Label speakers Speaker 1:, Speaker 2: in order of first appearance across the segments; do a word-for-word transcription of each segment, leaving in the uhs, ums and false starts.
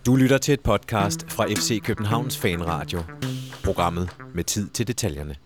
Speaker 1: Du lytter til et podcast fra F C Københavns Fanradio. Programmet med tid til detaljerne.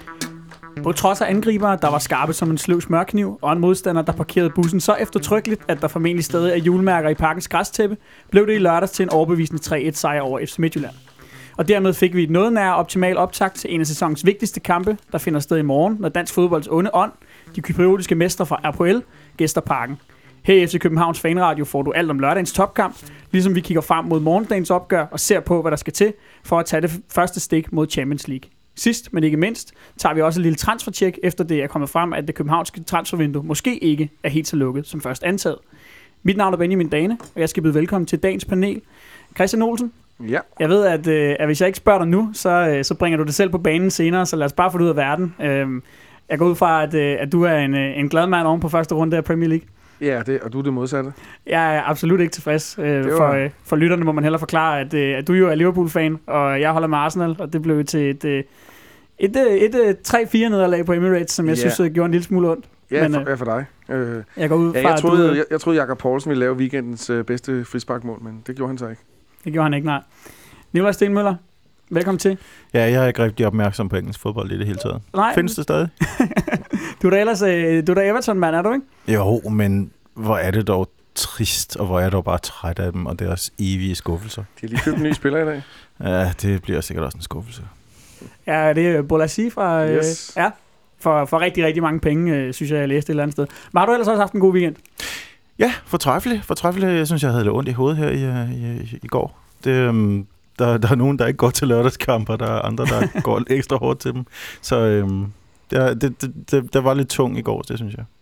Speaker 2: På trods af angribere, der var skarpe som en sløv smørkniv, og en modstander, der parkerede bussen så eftertrykkeligt, at der formentlig stadig er julemærker i parkens græstæppe, blev det i lørdags til en overbevisende tre et sejr over F C Midtjylland. Og dermed fik vi et noget nær optimal optakt til en af sæsonens vigtigste kampe, der finder sted i morgen, når dansk fodbolds onde ånd, de kypriotiske mestre fra R P L, gæster parken. Her i F C Københavns Fanradio får du alt om lørdagens topkamp, ligesom vi kigger frem mod morgendagens opgør og ser på, hvad der skal til for at tage det første stik mod Champions League. Sidst, men ikke mindst, tager vi også et lille transfertjek, efter det er kommet frem, at det københavnske transfervindue måske ikke er helt så lukket som først antaget. Mit navn er Benjamin Dane, og jeg skal byde velkommen til dagens panel. Christian Olsen.
Speaker 3: Ja.
Speaker 2: Jeg ved, at, øh, at hvis jeg ikke spørger dig nu, så, øh, så bringer du det selv på banen senere, så lad os bare få det ud af verden. Øh, jeg går ud fra, at, øh, at du er en, øh, en glad mand oven på første runde af Premier League.
Speaker 3: Ja, det, og du er det modsatte.
Speaker 2: Jeg er absolut ikke tilfreds. Øh,
Speaker 3: var...
Speaker 2: for, øh, for lytterne må man heller forklare, at, øh, at du jo er Liverpool-fan, og jeg holder med Arsenal, og det blev til et, øh, et, et, et tre fire nederlag på Emirates, som jeg ja. synes gjorde en lille smule ondt.
Speaker 3: Ja,
Speaker 2: men,
Speaker 3: for, ja, for dig. Øh,
Speaker 2: jeg går ud fra,
Speaker 3: ja, jeg, troede,
Speaker 2: du,
Speaker 3: jeg, jeg troede, Jakob Poulsen ville lave weekendens øh, bedste frisparkmål, men det gjorde han så ikke.
Speaker 2: Det gjorde han ikke, nej. Nikolaj Stenmøller, velkommen til.
Speaker 4: Ja, jeg er ikke rigtig opmærksom på engelsk fodbold i det hele taget.
Speaker 2: Nej.
Speaker 4: Findes det stadig?
Speaker 2: du er da ellers du er da Everton-mand, er du ikke?
Speaker 4: Jo, men hvor er det dog trist, og hvor er jeg dog bare træt af dem og deres evige skuffelser.
Speaker 3: De har lige købt en ny spiller i dag.
Speaker 4: Ja, det bliver sikkert også en skuffelse.
Speaker 2: Ja, det er Bolassi fra...
Speaker 3: Yes.
Speaker 2: Øh, ja, for, for rigtig, rigtig mange penge, øh, synes jeg, jeg læste et eller andet sted. Men har du ellers også haft en god weekend?
Speaker 4: Ja, fortræffelig. Fortræffelig. Jeg synes, jeg havde lidt ondt i hovedet her i, i, i går. Det, um, der, der er nogen, der ikke går til lørdagskamper, der er andre, der går ekstra hårdt til dem. Så um, det, det, det, det, det var lidt tung i går, det synes jeg.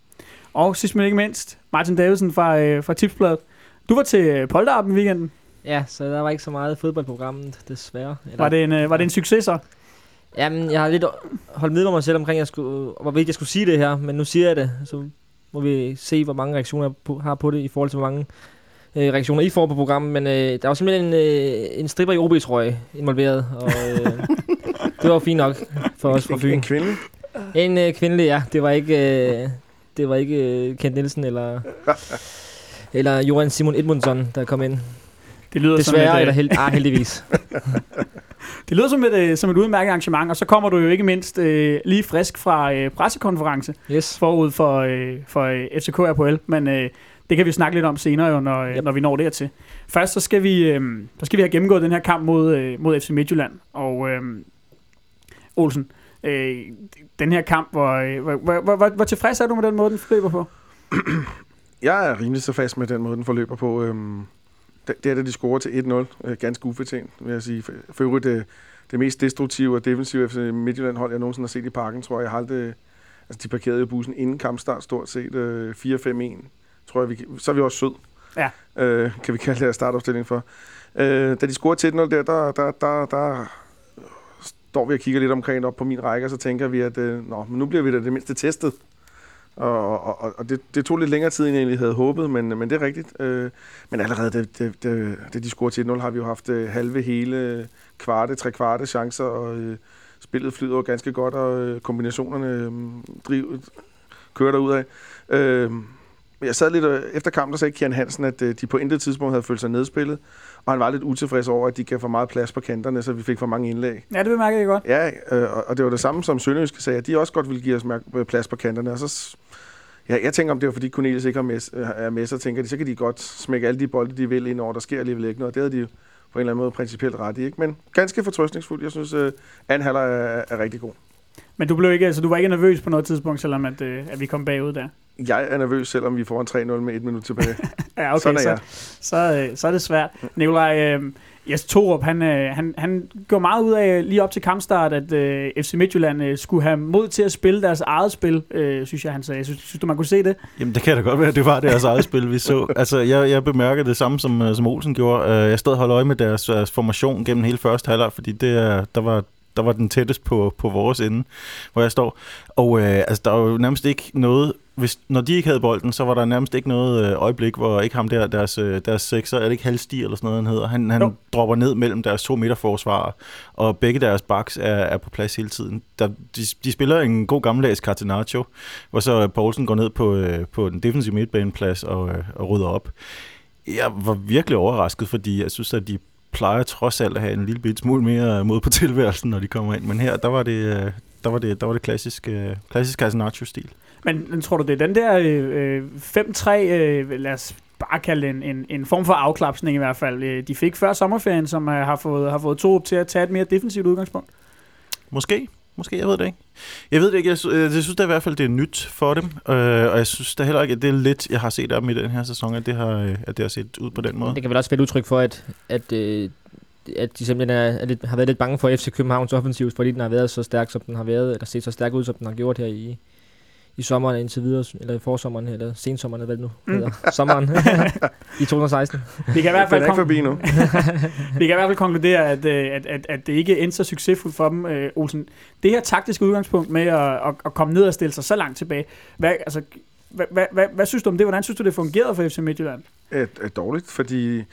Speaker 2: Og sidst men ikke mindst, Martin Davidsen fra, øh, fra Tipsbladet. Du var til Polterappen i weekenden.
Speaker 5: Ja, så der var ikke så meget fodboldprogrammet, desværre. Eller...
Speaker 2: Var, det en, øh, var det en succes så?
Speaker 5: Jamen, jeg har lidt holdt med mig selv omkring, jeg skulle, hvor vigtigt jeg skulle sige det her, men nu siger jeg det, så må vi se, hvor mange reaktioner jeg har på det, i forhold til, hvor mange øh, reaktioner I får på programmet. Men øh, der var simpelthen en, øh, en stripper i O B-trøje involveret, og øh, det var fint nok for os fra Fyn.
Speaker 3: En kvinde?
Speaker 5: En øh, kvindelig, ja. Det var ikke, øh, det var ikke øh, Kent Nielsen eller, eller Johan Simon Edmundsson, der kom ind.
Speaker 2: Det lyder
Speaker 5: Desværre,
Speaker 2: som et,
Speaker 5: eller held, ah, heldigvis.
Speaker 2: Det lyder som et, som et udmærket arrangement, og så kommer du jo ikke mindst øh, lige frisk fra øh, pressekonference
Speaker 5: Yes.
Speaker 2: forud for, øh, for øh, F C K R P L, men øh, det kan vi snakke lidt om senere, jo, når, yep. når vi når dertil. Først så skal vi, øh, så skal vi have gennemgået den her kamp mod, øh, mod F C Midtjylland, og øh, Olsen, øh, den her kamp, hvor, øh, hvor, hvor, hvor, hvor tilfreds er du med den måde, den forløber på?
Speaker 3: Jeg er rimelig så fast med den måde, den forløber på. Øhm, det, det er det, de scorer til et nul. Øh, ganske ufortjent, vil jeg sige. For, for øvrigt, det, det mest destruktive og defensive F C Midtjylland-hold, jeg nogensinde har set i parken, tror jeg. Jeg har aldrig, altså, de parkerede jo bussen inden kampstart, stort set øh, fire fem en. Tror jeg, vi, så er vi også sød.
Speaker 2: Ja.
Speaker 3: Øh, kan vi kalde det startopstilling for. Øh, da de scorer til et nul der, der, der, der, der står vi og kigger lidt omkring op på min række, og så tænker vi, at øh, nå, men nu bliver vi da det mindste testet. Og, og, og det, det tog lidt længere tid, end jeg egentlig havde håbet, men, men det er rigtigt. Øh, men allerede, det, det, det, det de scorer til et nul, har vi jo haft øh, halve, hele, kvarte, tre kvarte chancer, og øh, spillet flyder ganske godt, og øh, kombinationerne øh, driver, kører derudad. Øh, jeg sad lidt, øh, efter kampen, der sagde Kian Hansen, at øh, de på intet tidspunkt havde følt sig nedspillet, og han var lidt utilfreds over, at de gav for meget plads på kanterne, så vi fik for mange indlæg.
Speaker 2: Ja, det bemærker jeg godt.
Speaker 3: Ja, øh, og det var det samme, som Sønderjysk sagde, at de også godt ville give os plads på kanterne. Og så, ja, jeg tænker, om det var, fordi Cornelius ikke er med, er med, så tænker de, så kan de godt smække alle de bolde, de vil ind over. Der sker alligevel ikke noget. Det havde de jo på en eller anden måde principielt ret i. Ikke? Men ganske fortrøstningsfuldt. Jeg synes, at anden halvleg er, er rigtig god.
Speaker 2: Men du blev ikke, altså, du var ikke nervøs på noget tidspunkt, selvom at, øh, at vi kom bagud der?
Speaker 3: Jeg er nervøs, selvom vi får en tre nul med et minut tilbage.
Speaker 2: Ja, okay, sådan er så, så, øh, så er det svært. Nikolaj, øh, Jes Torup, han, øh, han, han går meget ud af lige op til kampstart, at øh, F C Midtjylland øh, skulle have mod til at spille deres eget spil, øh, synes jeg, han sagde. Synes, synes du, man kunne se det?
Speaker 4: Jamen, det kan da godt være, at det var deres eget spil, vi så. Altså, jeg, jeg bemærkede det samme, som, som Olsen gjorde. Jeg stod og holdt øje med deres, deres formation gennem hele første halvleg, fordi det, der var... der var den tættest på, på vores ende, hvor jeg står. Og øh, altså, der var jo nærmest ikke noget, hvis, når de ikke havde bolden, så var der nærmest ikke noget øh, øjeblik, hvor ikke ham der, deres, deres sekser, er det ikke Halsti eller sådan noget, han hedder, han, han no. dropper ned mellem deres to midterforsvarer, og begge deres backs er, er på plads hele tiden. Der, de, de spiller en god gammeldags Catenaccio, hvor så Poulsen går ned på, øh, på den defensive midtbaneplads og, øh, og rydder op. Jeg var virkelig overrasket, fordi jeg synes, at de plejer trods alt at have en lille bit smule mere mod på tilværelsen, når de kommer ind. Men her, der var det, der var det, der var det klassiske, klassisk Catenaccio-stil.
Speaker 2: Men, men tror du, det er den der øh, fem tre, øh, lad os bare kalde en, en, en form for afklapsning i hvert fald, de fik før sommerferien, som øh, har fået, har fået to op til at tage et mere defensivt udgangspunkt?
Speaker 4: Måske. Måske, jeg ved det ikke. Jeg ved det ikke. Jeg, sy- jeg synes da i hvert fald, det er nyt for dem. Øh, og jeg synes da heller ikke, at det er lidt, jeg har set af dem i den her sæson, at det har, at det har set ud på den måde.
Speaker 5: Det kan vel også være et udtryk for, at, at, at de simpelthen er, er lidt, har været lidt bange for F C Københavns offensivt, fordi den har været så stærk, som den har været, eller set så stærk ud, som den har gjort her i, i sommeren indtil videre, eller i forsommeren, eller sensommeren, hvad det nu hedder. Mm. Sommeren i to tusind og seksten.
Speaker 2: Vi kan i hvert fald,
Speaker 3: kon- forbi nu.
Speaker 2: Vi kan i hvert fald konkludere, at, at, at, at det ikke endte så succesfuldt for dem, øh, Olsen. Det her taktiske udgangspunkt med at, at, at komme ned og stille sig så langt tilbage, hvad, altså, hvad, hvad, hvad, hvad synes du om det? Hvordan synes du, det fungerede for F C Midtjylland?
Speaker 3: Et, et dårligt, fordi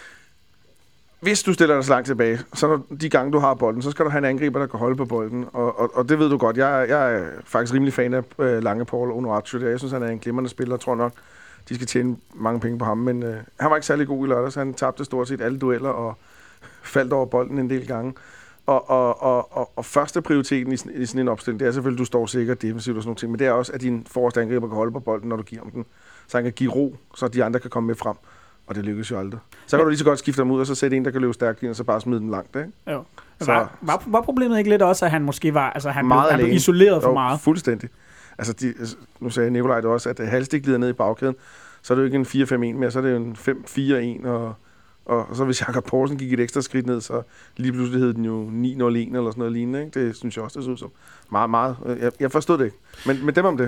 Speaker 3: hvis du stiller dig så langt tilbage, så når de gange, du har bolden, så skal du have en angriber, der kan holde på bolden. Og, og, og det ved du godt. Jeg, jeg er faktisk rimelig fan af øh, Lange Paul Onuachu. Jeg synes, han er en glimrende spiller. Jeg tror nok, de skal tjene mange penge på ham. Men øh, han var ikke særlig god i lørdags. Han tabte stort set alle dueller og faldt over bolden en del gange. Og, og, og, og, og første prioriteten i, i sådan en opstilling, det er selvfølgelig, at du står sikkert defensivt og sådan noget ting. Men det er også, at din forreste angriber kan holde på bolden, når du giver ham den. Så han kan give ro, så de andre kan komme med frem. Og det lykkes jo aldrig. Så kan du lige så godt skifte ham ud, og så sætte en, der kan løbe stærkt ind, og så bare smide den langt, ikke?
Speaker 2: Jo.
Speaker 3: Så,
Speaker 2: var, var, var problemet ikke lidt også, at han måske var, altså han,
Speaker 3: meget
Speaker 2: blev, han blev
Speaker 3: alene.
Speaker 2: isoleret for
Speaker 3: jo,
Speaker 2: meget?
Speaker 3: Fuldstændig. Altså, de, nu sagde Nikolaj det også, at Halstik glider ned i bagkæden, så er det jo ikke en fire fem en mere, så er det jo en fem fire en, og, og, og så hvis Jakob Poulsen gik et ekstra skridt ned, så lige pludselig hed den jo ni nul en eller sådan noget lignende, ikke? Det synes jeg også, det så ud som meget, meget. Jeg, jeg forstod det ikke, men, men dem om det.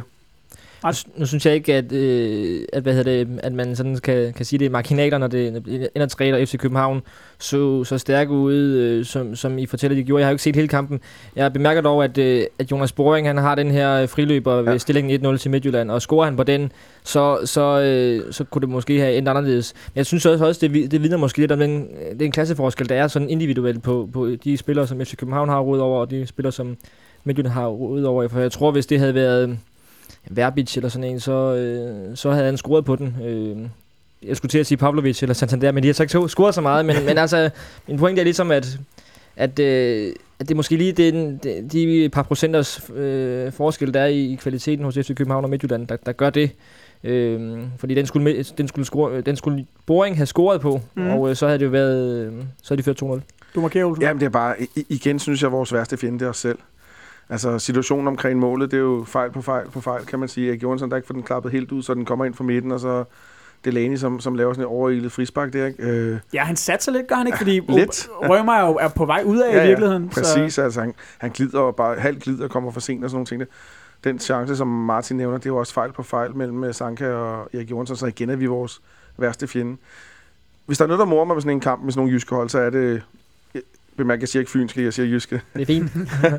Speaker 5: Nu synes jeg ikke, at, øh, at, hvad hedder det, at man sådan kan, kan sige, det er marginaler, når det ender tre, og F C København så, så stærke ud, øh, som, som I fortæller, de gjorde. Jeg har jo ikke set hele kampen. Jeg bemærker dog, at, øh, at Jonas Boring, han har den her friløber ved ja. stillingen et nul til Midtjylland, og scorer han på den, så, så, øh, så kunne det måske have endt anderledes. Men jeg synes også, det, det vidner måske lidt om den, den klasseforskel, der er sådan individuelt på, på de spillere, som F C København har råd over, og de spillere, som Midtjylland har råd over. For jeg tror, hvis det havde været Verbic eller sådan en, så, øh, så havde han scoret på den. Øh, jeg skulle til at sige Pavlovic eller Santander, men de har så ikke scoret så meget. Men, men altså, min pointe er ligesom, at, at, øh, at det måske lige den, de, de par procenters øh, forskel, der er i, i kvaliteten hos F C København og Midtjylland, der, der gør det. Øh, fordi den skulle, den, skulle score, den skulle Boring have scoret på, mm. og øh, så havde det jo været, øh, så havde de ført to nul.
Speaker 2: Du markerer, Olsen.
Speaker 3: Jamen det er bare, igen synes jeg, vores værste fjende, det er os selv. Altså situationen omkring målet, det er jo fejl på fejl på fejl, kan man sige. Erik Johansson, der ikke får den klappet helt ud, så den kommer ind fra midten, og så Delaney, som, som laver sådan et overilet frispark der, ikke? Øh,
Speaker 2: ja, han satser lidt, gør han ikke, fordi
Speaker 3: lidt.
Speaker 2: Rømer er jo er på vej ud af
Speaker 3: ja,
Speaker 2: i virkeligheden.
Speaker 3: Ja, præcis, så. Altså han, han glider og bare halvt glider og kommer for sent og sådan nogle ting. Den chance, som Martin nævner, det er jo også fejl på fejl mellem Sanka og Erik Johansson, så igen er vi vores værste fjende. Hvis der er noget, der morer mig med sådan en kamp med sådan nogle jyske hold, så er det... Bemærk, jeg siger ikke fynske, jeg siger jyske.
Speaker 5: Det er fint.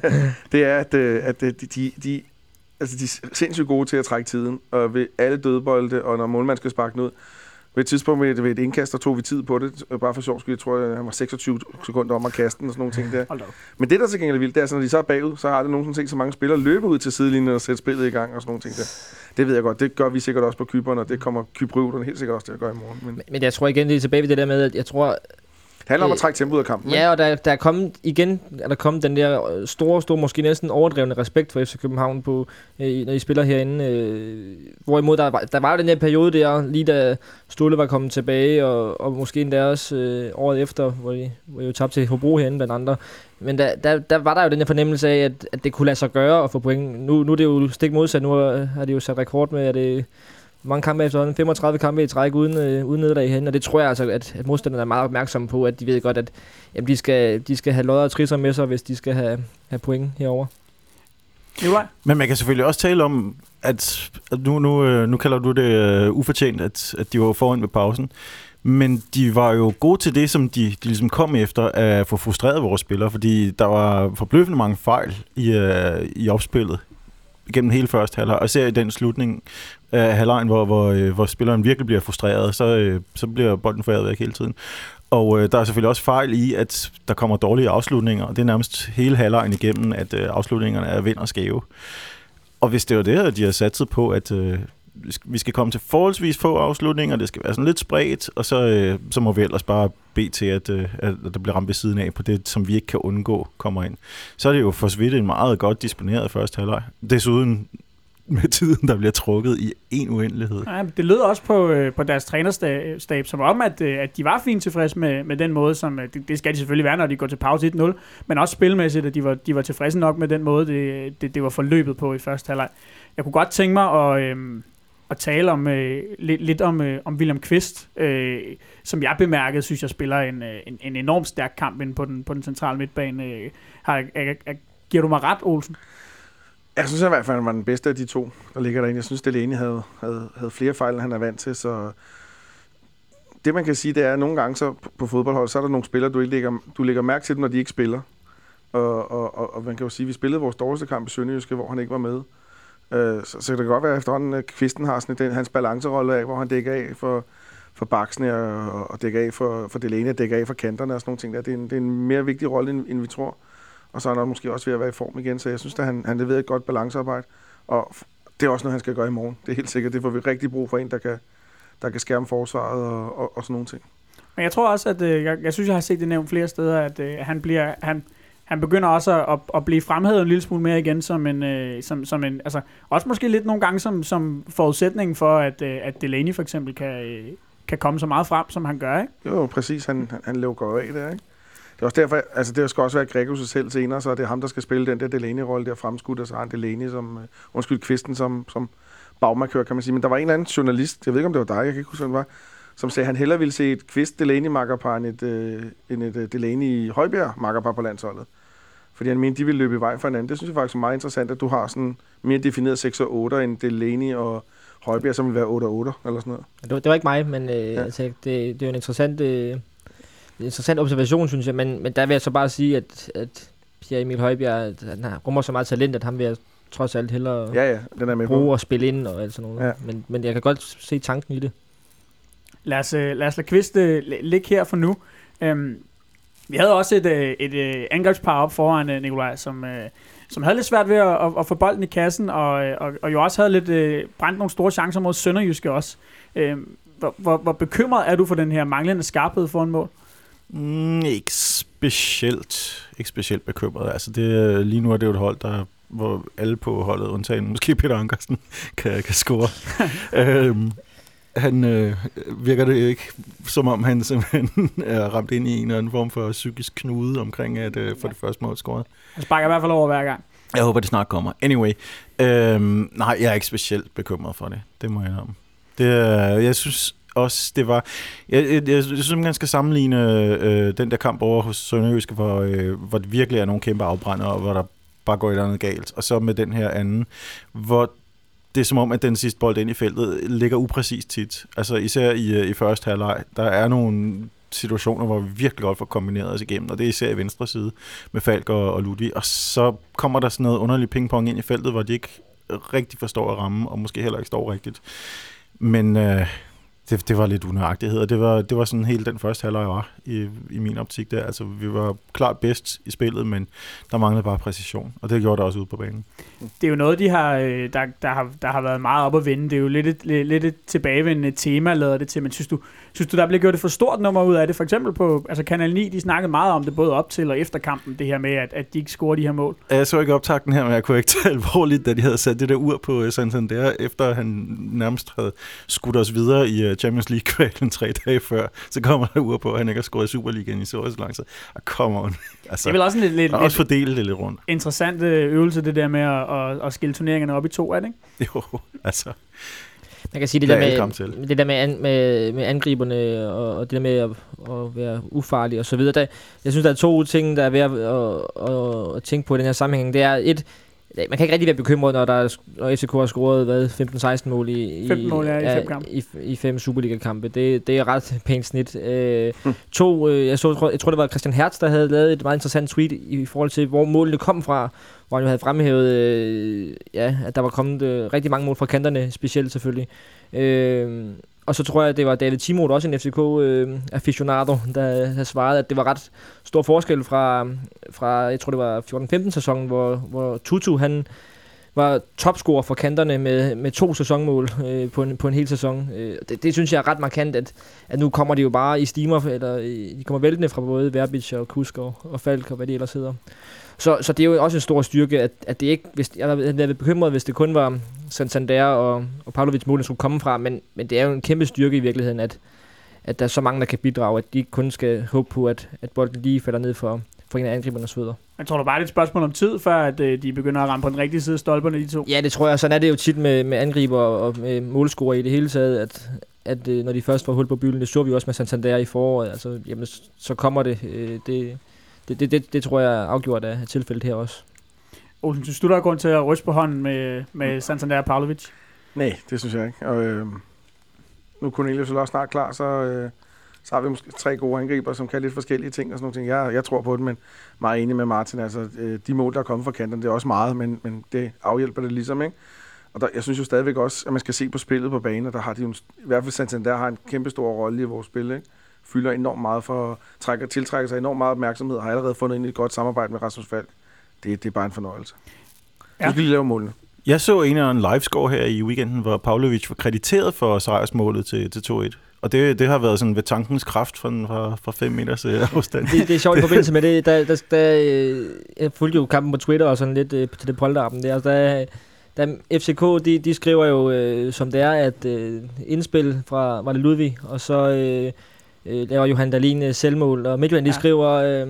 Speaker 5: det
Speaker 3: er, at, at de, de, de, altså de er sindssygt gode til at trække tiden, og ved alle dødbolde, og når målmanden skal sparke den ud. Ved et tidspunkt ved, ved et indkast, der tog vi tid på det, bare for sjov skyld. Jeg tror, at han var seksogtyve sekunder om at kaste den og sådan nogle ting der. Men det, der til gengæld er vildt, det er, så når de så er bagud, så har det nogensinde set så mange spillere løbe ud til sidelinjen og sætte spillet i gang og sådan nogle ting der. Det ved jeg godt. Det gør vi sikkert også på Cypern, og det kommer Cyprioterne helt sikkert også til at gøre i morgen. Men,
Speaker 5: men jeg tror igen, det er tilbage ved det der med, at jeg tror...
Speaker 3: Det handler om at trække tempoet af kampen.
Speaker 5: Ja, og der, der er kommet igen, er der kommet den der store, store, måske næsten overdrevne respekt for F C København på, øh, når de spiller herinde. Øh, hvorimod der var, der var jo den der periode der, lige da Ståle var kommet tilbage, og, og måske endda også øh, året efter, hvor de, hvor de jo tabte til Hobro herinde blandt andre. Men der, der, der var der jo den her fornemmelse af, at, at det kunne lade sig gøre at få point. Nu, nu er det jo stik modsat, nu har de jo sat rekord med, at det mange kampe efterhånden, femogtredive kampe i træk uden, øh, uden nederlag hen, og det tror jeg altså, at, at modstanderne er meget opmærksomme på, at de ved godt, at jamen, de, skal, de skal have lodder og trisser med sig, hvis de skal have, have point herover.
Speaker 4: Men man kan selvfølgelig også tale om, at, at nu, nu, nu kalder du det uh, ufortjent, at, at de var foran ved pausen, men de var jo gode til det, som de, de ligesom kom efter, at få frustreret vores spillere, fordi der var forbløffende mange fejl i, uh, i opspillet gennem hele første halvleg, og ser i den slutning af halvlejen, hvor, hvor, hvor spilleren virkelig bliver frustreret, så, øh, så bliver bolden foræret væk hele tiden. Og øh, der er selvfølgelig også fejl i, at der kommer dårlige afslutninger, og det er nærmest hele halvlejen igennem, at øh, afslutningerne er vind og skæve. Og hvis det var det, at de har satset på, at, øh, vi skal komme til forholdsvis få afslutninger, det skal være sådan lidt spredt, og så, øh, så må vi ellers bare bede til, at, øh, at der bliver ramt ved siden af på det, som vi ikke kan undgå, kommer ind. Så er det jo for så vidt en meget godt disponeret første halvleg. Desuden med tiden, der bliver trukket i en uendelighed.
Speaker 2: Ja, det lød også på, øh, på deres trænerstab som om, at, øh, at de var fint tilfredse med, med den måde, som øh, det, det skal de selvfølgelig være, når de går til pause et nul, men også spilmæssigt, at de var, de var tilfredse nok med den måde, det, det, det var forløbet på i første halvleg. Jeg kunne godt tænke mig at, øh, at tale om, øh, lidt, lidt om, øh, om William Kvist, øh, som jeg bemærkede, synes jeg spiller en, en, en enormt stærk kamp inde på den, på den centrale midtbane. Øh, har, er, er, giver du mig ret, Olsen?
Speaker 3: Jeg synes i hvert fald, han var den bedste af de to, der ligger derinde. Jeg synes, Delaney havde, havde, havde flere fejl, end han er vant til, så det man kan sige, det er, at nogle gange så på fodboldhold, så er der nogle spillere, du ikke lægger, du lægger mærke til dem, når de ikke spiller. Og, og, og, og man kan jo sige, at vi spillede vores dårligste kamp i Sønderjyske, hvor han ikke var med. Uh, så, så det kan godt være efterhånden, at Kvisten har sådan den, hans balancerolle af, hvor han dækker af for, for baksene og, og dækker af for, for Delaney og dækker af for kanterne og sådan nogle ting der. Det er en, det er en mere vigtig rolle, end, end vi tror. Og så er han måske også ved at være i form igen, så jeg synes, at han, han leverer et godt balancearbejde. Og det er også noget, han skal gøre i morgen. Det er helt sikkert. Det får vi rigtig brug for en, der kan, der kan skærme forsvaret og, og, og sådan nogle ting.
Speaker 2: Men jeg tror også, at øh, jeg, jeg synes, jeg har set det nævnt flere steder, at øh, han bliver... Han Han begynder også at, at blive fremhævet en lille smule mere igen som en, øh, som, som en altså også måske lidt nogle gange som, som forudsætning for, at, øh, at Delaney for eksempel kan, øh, kan komme så meget frem, som han gør, ikke?
Speaker 3: Jo, præcis. Han, han, han lukker af der, ikke? Det er også derfor, altså det skal også være Gregus selv senere, så det er ham, der skal spille den der Delaney-rolle der fremskudt, og så har han Delaney som, uh, undskyld, Kvisten som, som bagmarkør, kan man sige. Men der var en eller anden journalist, jeg ved ikke, om det var dig, jeg kan ikke huske, hvem det var, som sagde, at han hellere ville se et Kvist-Delaney-makkerpar end et, øh, end et uh, Delaney-Højbjerg-makkerpar på landsholdet. Fordi han mente, de ville løbe i vej for hinanden. Det synes jeg faktisk er meget interessant, at du har sådan mere defineret seks og otte end Delaney og Højbjerg, som vil være otte og otte eller sådan noget.
Speaker 5: Det var, det var ikke mig, men øh, ja. altså, det, det er jo en interessant, øh, interessant observation, synes jeg. Men, men der vil jeg så bare sige, at, at Pierre Emil Højbjerg, han rummer så meget talent, at han vil trods alt hellere
Speaker 3: ja, ja, den er med
Speaker 5: bruge
Speaker 3: på.
Speaker 5: og spille ind og alt sådan noget.
Speaker 3: Ja.
Speaker 5: Men, men jeg kan godt se tanken i det.
Speaker 2: Lad os, lad os lade Kvist øh, ligge her for nu. Øhm, Vi havde også et, et, et angrebspar op foran, Nikolaj, som, som havde lidt svært ved at, at, at få bolden i kassen, og, og, og jo også havde lidt uh, brændt nogle store chancer mod Sønderjyske også. Uh, hvor, hvor, hvor bekymret er du for den her manglende skarphed foran mål?
Speaker 4: Mm, ikke specielt. Ikke specielt bekymret. Altså det, lige nu er det jo et hold, der, hvor alle på holdet, undtagen måske Peter Ankersen, kan, kan score. øhm, Han øh, virker det ikke, som om han simpelthen er ramt ind i en eller anden form for psykisk knude omkring at øh, få det første mål scoret.
Speaker 2: Han sparker i hvert fald over hver gang.
Speaker 4: Jeg håber, det snart kommer. Anyway, øhm, nej, jeg er ikke specielt bekymret for det. Det må jeg om. Det, øh, jeg synes også, det var... Jeg, jeg, jeg synes, man skal sammenligne øh, den der kamp over hos Sønderjyske, hvor, øh, hvor det virkelig er nogle kæmpe afbrænder, og hvor der bare går et eller andet galt. Og så med den her anden, hvor det er som om, at den sidste bold ind i feltet ligger upræcist tit. Altså især i, i første halvleg. Der er nogle situationer, hvor vi virkelig godt får kombineret os igennem, og det er især i venstre side med Falk og, og Ludvig. Og så kommer der sådan noget underligt pingpong ind i feltet, hvor de ikke rigtig forstår at ramme, og måske heller ikke står rigtigt. Men øh, det, det var lidt unøjagtighed, og det var, det var sådan helt den første halvleg var i, i min optik der. Altså vi var klart bedst i spillet, men der manglede bare præcision, og det gjorde der også ude på banen.
Speaker 2: Det er jo noget, de har, der, der, har, der har været meget op at vende. Det er jo lidt et, lidt et tilbagevendende tema, lader det til. Men synes du, synes du, der blev gjort et for stort nummer ud af det? For eksempel på altså Kanal ni, de snakkede meget om det, både op til og efter kampen, det her med, at, at de ikke scorer de her mål.
Speaker 4: Jeg så ikke optakten her, men jeg kunne ikke tage alvorligt, da de havde sat det der ur på Santander, efter han nærmest havde skudt os videre i Champions League-kvalen tre dage før. Så kommer der ur på, at han ikke har scoret i Superligaen i så lang tid. Og come on. Altså,
Speaker 2: det er vel også en lidt, lidt,
Speaker 4: også fordele det lidt rundt.
Speaker 2: Interessant øvelse, det der med at, at, at skille turneringerne op i to, er det ikke?
Speaker 4: Jo, altså...
Speaker 5: Man kan sige, det der, med, det der med, an, med, med angriberne og, og det der med at, at være ufarlig og så videre. Der, jeg synes, der er to ting, der er ved at, at, at, at tænke på i den her sammenhæng. Det er et, man kan ikke rigtig være bekymret, når, der er, når F C K har scoret hvad, femten seksten mål i,
Speaker 2: femten mål, ja, i, fem kampe.
Speaker 5: i, i fem Superliga-kampe. Det, det er ret pænt snit. Øh, hmm. To, øh, jeg, så, jeg tror, det var Christian Hertz, der havde lavet et meget interessant tweet i forhold til, hvor målene kom fra, hvor han jo havde fremhævet, øh, ja, at der var kommet øh, rigtig mange mål fra kanterne, specielt selvfølgelig. Øh, og så tror jeg, at det var David Timoth, også en F C K-aficionado, øh, der havde svaret, at det var ret stor forskel fra, fra jeg tror det var fjorten femten sæsonen, hvor, hvor Tutu, han var topscorer for kanterne med, med to sæsonmål øh, på, en, på en hel sæson. Øh, det, det synes jeg er ret markant, at, at nu kommer de jo bare i stimer, eller de kommer væltende fra både Verbic og Kusk og, og Falk og hvad det ellers hedder. Så, så det er jo også en stor styrke, at, at det ikke, hvis, jeg havde været bekymret, hvis det kun var Santander og, og Pavlovic mål, der skulle komme fra, men, men det er jo en kæmpe styrke i virkeligheden, at, at der er så mange, der kan bidrage, at de ikke kun skal håbe på, at, at bolden lige falder ned for, for en af angribernes fødder.
Speaker 2: Jeg tror du bare, det er et spørgsmål om tid, før at, øh, de begynder at ramme på den rigtige side af stolperne, de to?
Speaker 5: Ja, det tror jeg. Sådan er det jo tit med, med angriber og med målscorer i det hele taget, at, at øh, når de først får hul på bylden, det så vi også med Santander i foråret, altså, jamen, så kommer det. Øh, det, det, det, det, det tror jeg er afgjort af tilfældet her også.
Speaker 2: Olsen, synes du, der er grund til at ryste på hånden med, med Santander og Pavlovic?
Speaker 3: Nej, det synes jeg ikke. Og øh, nu er Cornelius også snart klar, så... Øh Så har vi måske tre gode angriber, som kan lidt forskellige ting og sådan nogle ting. Jeg, jeg tror på det, men meget enig med Martin. Altså, de mål, der er kommet fra kanterne, det er også meget, men, men det afhjælper det ligesom, ikke? Og der, jeg synes jo stadigvæk også, at man skal se på spillet på banen, og der har de jo, i hvert fald Santander har en kæmpe stor rolle i vores spil, ikke? Fylder enormt meget for at trække, tiltrække sig enormt meget opmærksomhed, og har allerede fundet ind i et godt samarbejde med Rasmus Falk. Det, det er bare en fornøjelse. Ja. Nu skal lige lave målene.
Speaker 4: Jeg så en af en livescore her i weekenden, hvor Pavlovic var krediteret for sejrsmålet til, til to et. Og det, det har været sådan ved tankens kraft fra, fra, fra fem meters afstand.
Speaker 5: Det, det er sjovt i forbindelse med det. Der, der, der, jeg fulgte jo kampen på Twitter og sådan lidt øh, til det polterappen der. Der, der F C K, de, de skriver jo, øh, som det er, at øh, indspil fra, var det Ludvig, og så øh, øh, laver Johan Dahlin øh, selvmål. Og Midtjylland, de ja. skriver, øh,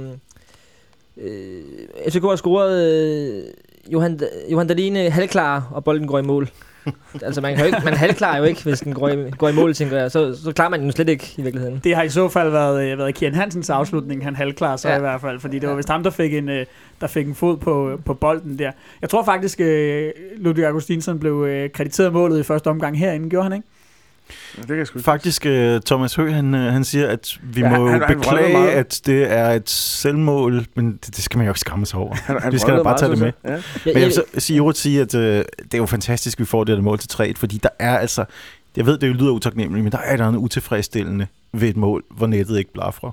Speaker 5: øh, F C K har scoret øh, Johan, Johan Dahlin øh, halvklar, og bolden går i mål. Altså man kan jo ikke, man halvklarer jo ikke, hvis den går i, går i mål, tænker jeg. Så, så klarer man den slet ikke i virkeligheden.
Speaker 2: Det har i så fald været, været Kian Hansens afslutning, han halvklarer så ja. i hvert fald, fordi det var vist ham, der fik en, der fik en fod på, på bolden der. Jeg tror faktisk, Ludvig Augustinsson blev krediteret målet i første omgang herinde, gjorde han ikke?
Speaker 3: Ja, det kan jeg sgu ikke.
Speaker 4: Faktisk, Thomas Høgh, han, han siger, at vi ja, må han, han beklage, at det er et selvmål, men det, det skal man jo ikke skamme sig over. Han, han vi skal da bare tage det med. Ja. Men jeg vil så sige, jeg vil sige at uh, det er jo fantastisk, at vi får det her mål til tre et, fordi der er altså, jeg ved, det lyder utaknemmeligt, men der er der noget utilfredsstillende ved et mål, hvor nettet ikke blafrer.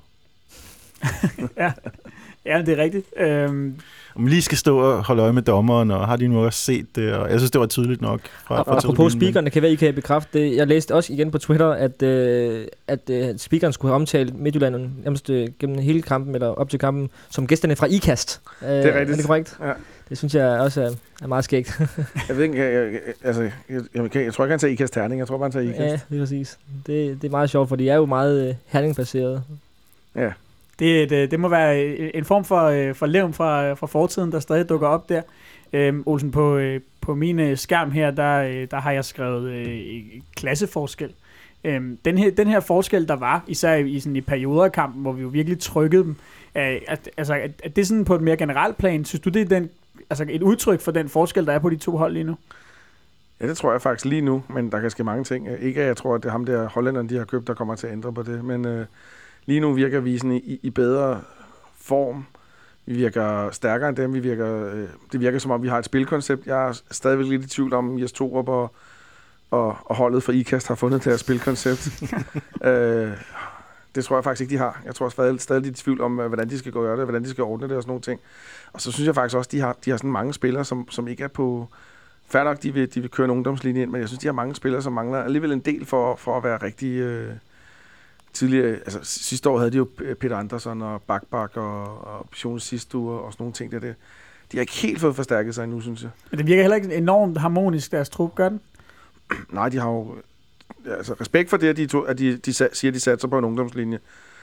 Speaker 2: ja. ja, det er rigtigt. Øhm
Speaker 4: Om lige skal stå og holde øje med dommeren, og har de nu også set det, og jeg synes, det var tydeligt nok. Fra,
Speaker 5: og, fra apropos speakerne, kan være, I kan bekræfte det. Jeg læste også igen på Twitter, at, øh, at øh, speakeren skulle have omtalt Midtjylland nærmest øh, gennem hele kampen, eller op til kampen, som gæsterne fra IKAST. Øh, det er rigtigt. Er det korrekt? Ja. Det synes jeg også er, er meget skægt.
Speaker 3: jeg ved ikke, jeg, jeg, altså, jeg, jeg, jeg, jeg tror ikke, han tager IKAST terning, jeg tror bare, han tager IKAST.
Speaker 5: Ja, det er præcis. Det, det er meget sjovt, for de er jo meget øh, herning-baseret.
Speaker 3: Ja.
Speaker 2: Det, det, det må være en form for, for levn fra, fra fortiden, der stadig dukker op der. Øhm, Olsen, på, på min skærm her, der, der har jeg skrevet øh, klasseforskel. Øhm, den, her, den her forskel, der var, især i, sådan i perioder af kampen, hvor vi jo virkelig trykkede dem, øh, at, altså, at, at det sådan på et mere generelt plan, synes du, det er den, altså et udtryk for den forskel, der er på de to hold lige nu?
Speaker 3: Ja, det tror jeg faktisk lige nu, men der kan ske mange ting. Ikke at jeg tror, at det er ham der hollænderne, de har købt, der kommer til at ændre på det, men... Øh lige nu virker vi sådan i, i bedre form. Vi virker stærkere end dem. Vi virker, øh, det virker som om, vi har et spilkoncept. Jeg er stadigvæk lidt i tvivl om, Jes Torup og, og, og holdet for IKAST har fundet det her spilkoncept. øh, det tror jeg faktisk ikke, de har. Jeg tror stadig, stadig lidt i tvivl om, hvordan de skal gøre det, hvordan de skal ordne det og sådan nogle ting. Og så synes jeg faktisk også, de har, de har sådan mange spillere, som, som ikke er på... Fair nok, de vil, de vil køre en ungdomslinje ind, men jeg synes, de har mange spillere, som mangler alligevel en del for, for at være rigtig... Øh, tidligere, altså sidste år havde de jo Peter Andersson og Bakbak og, og Jonas Sistu og, og sådan nogle ting der. Det, de har ikke helt fået forstærket sig endnu, synes jeg.
Speaker 2: Men det virker heller ikke enormt harmonisk, deres trup, gør den?
Speaker 3: Nej, de har jo altså, respekt for det, at de, to, at de, de siger, at de satser på en ungdomslinje.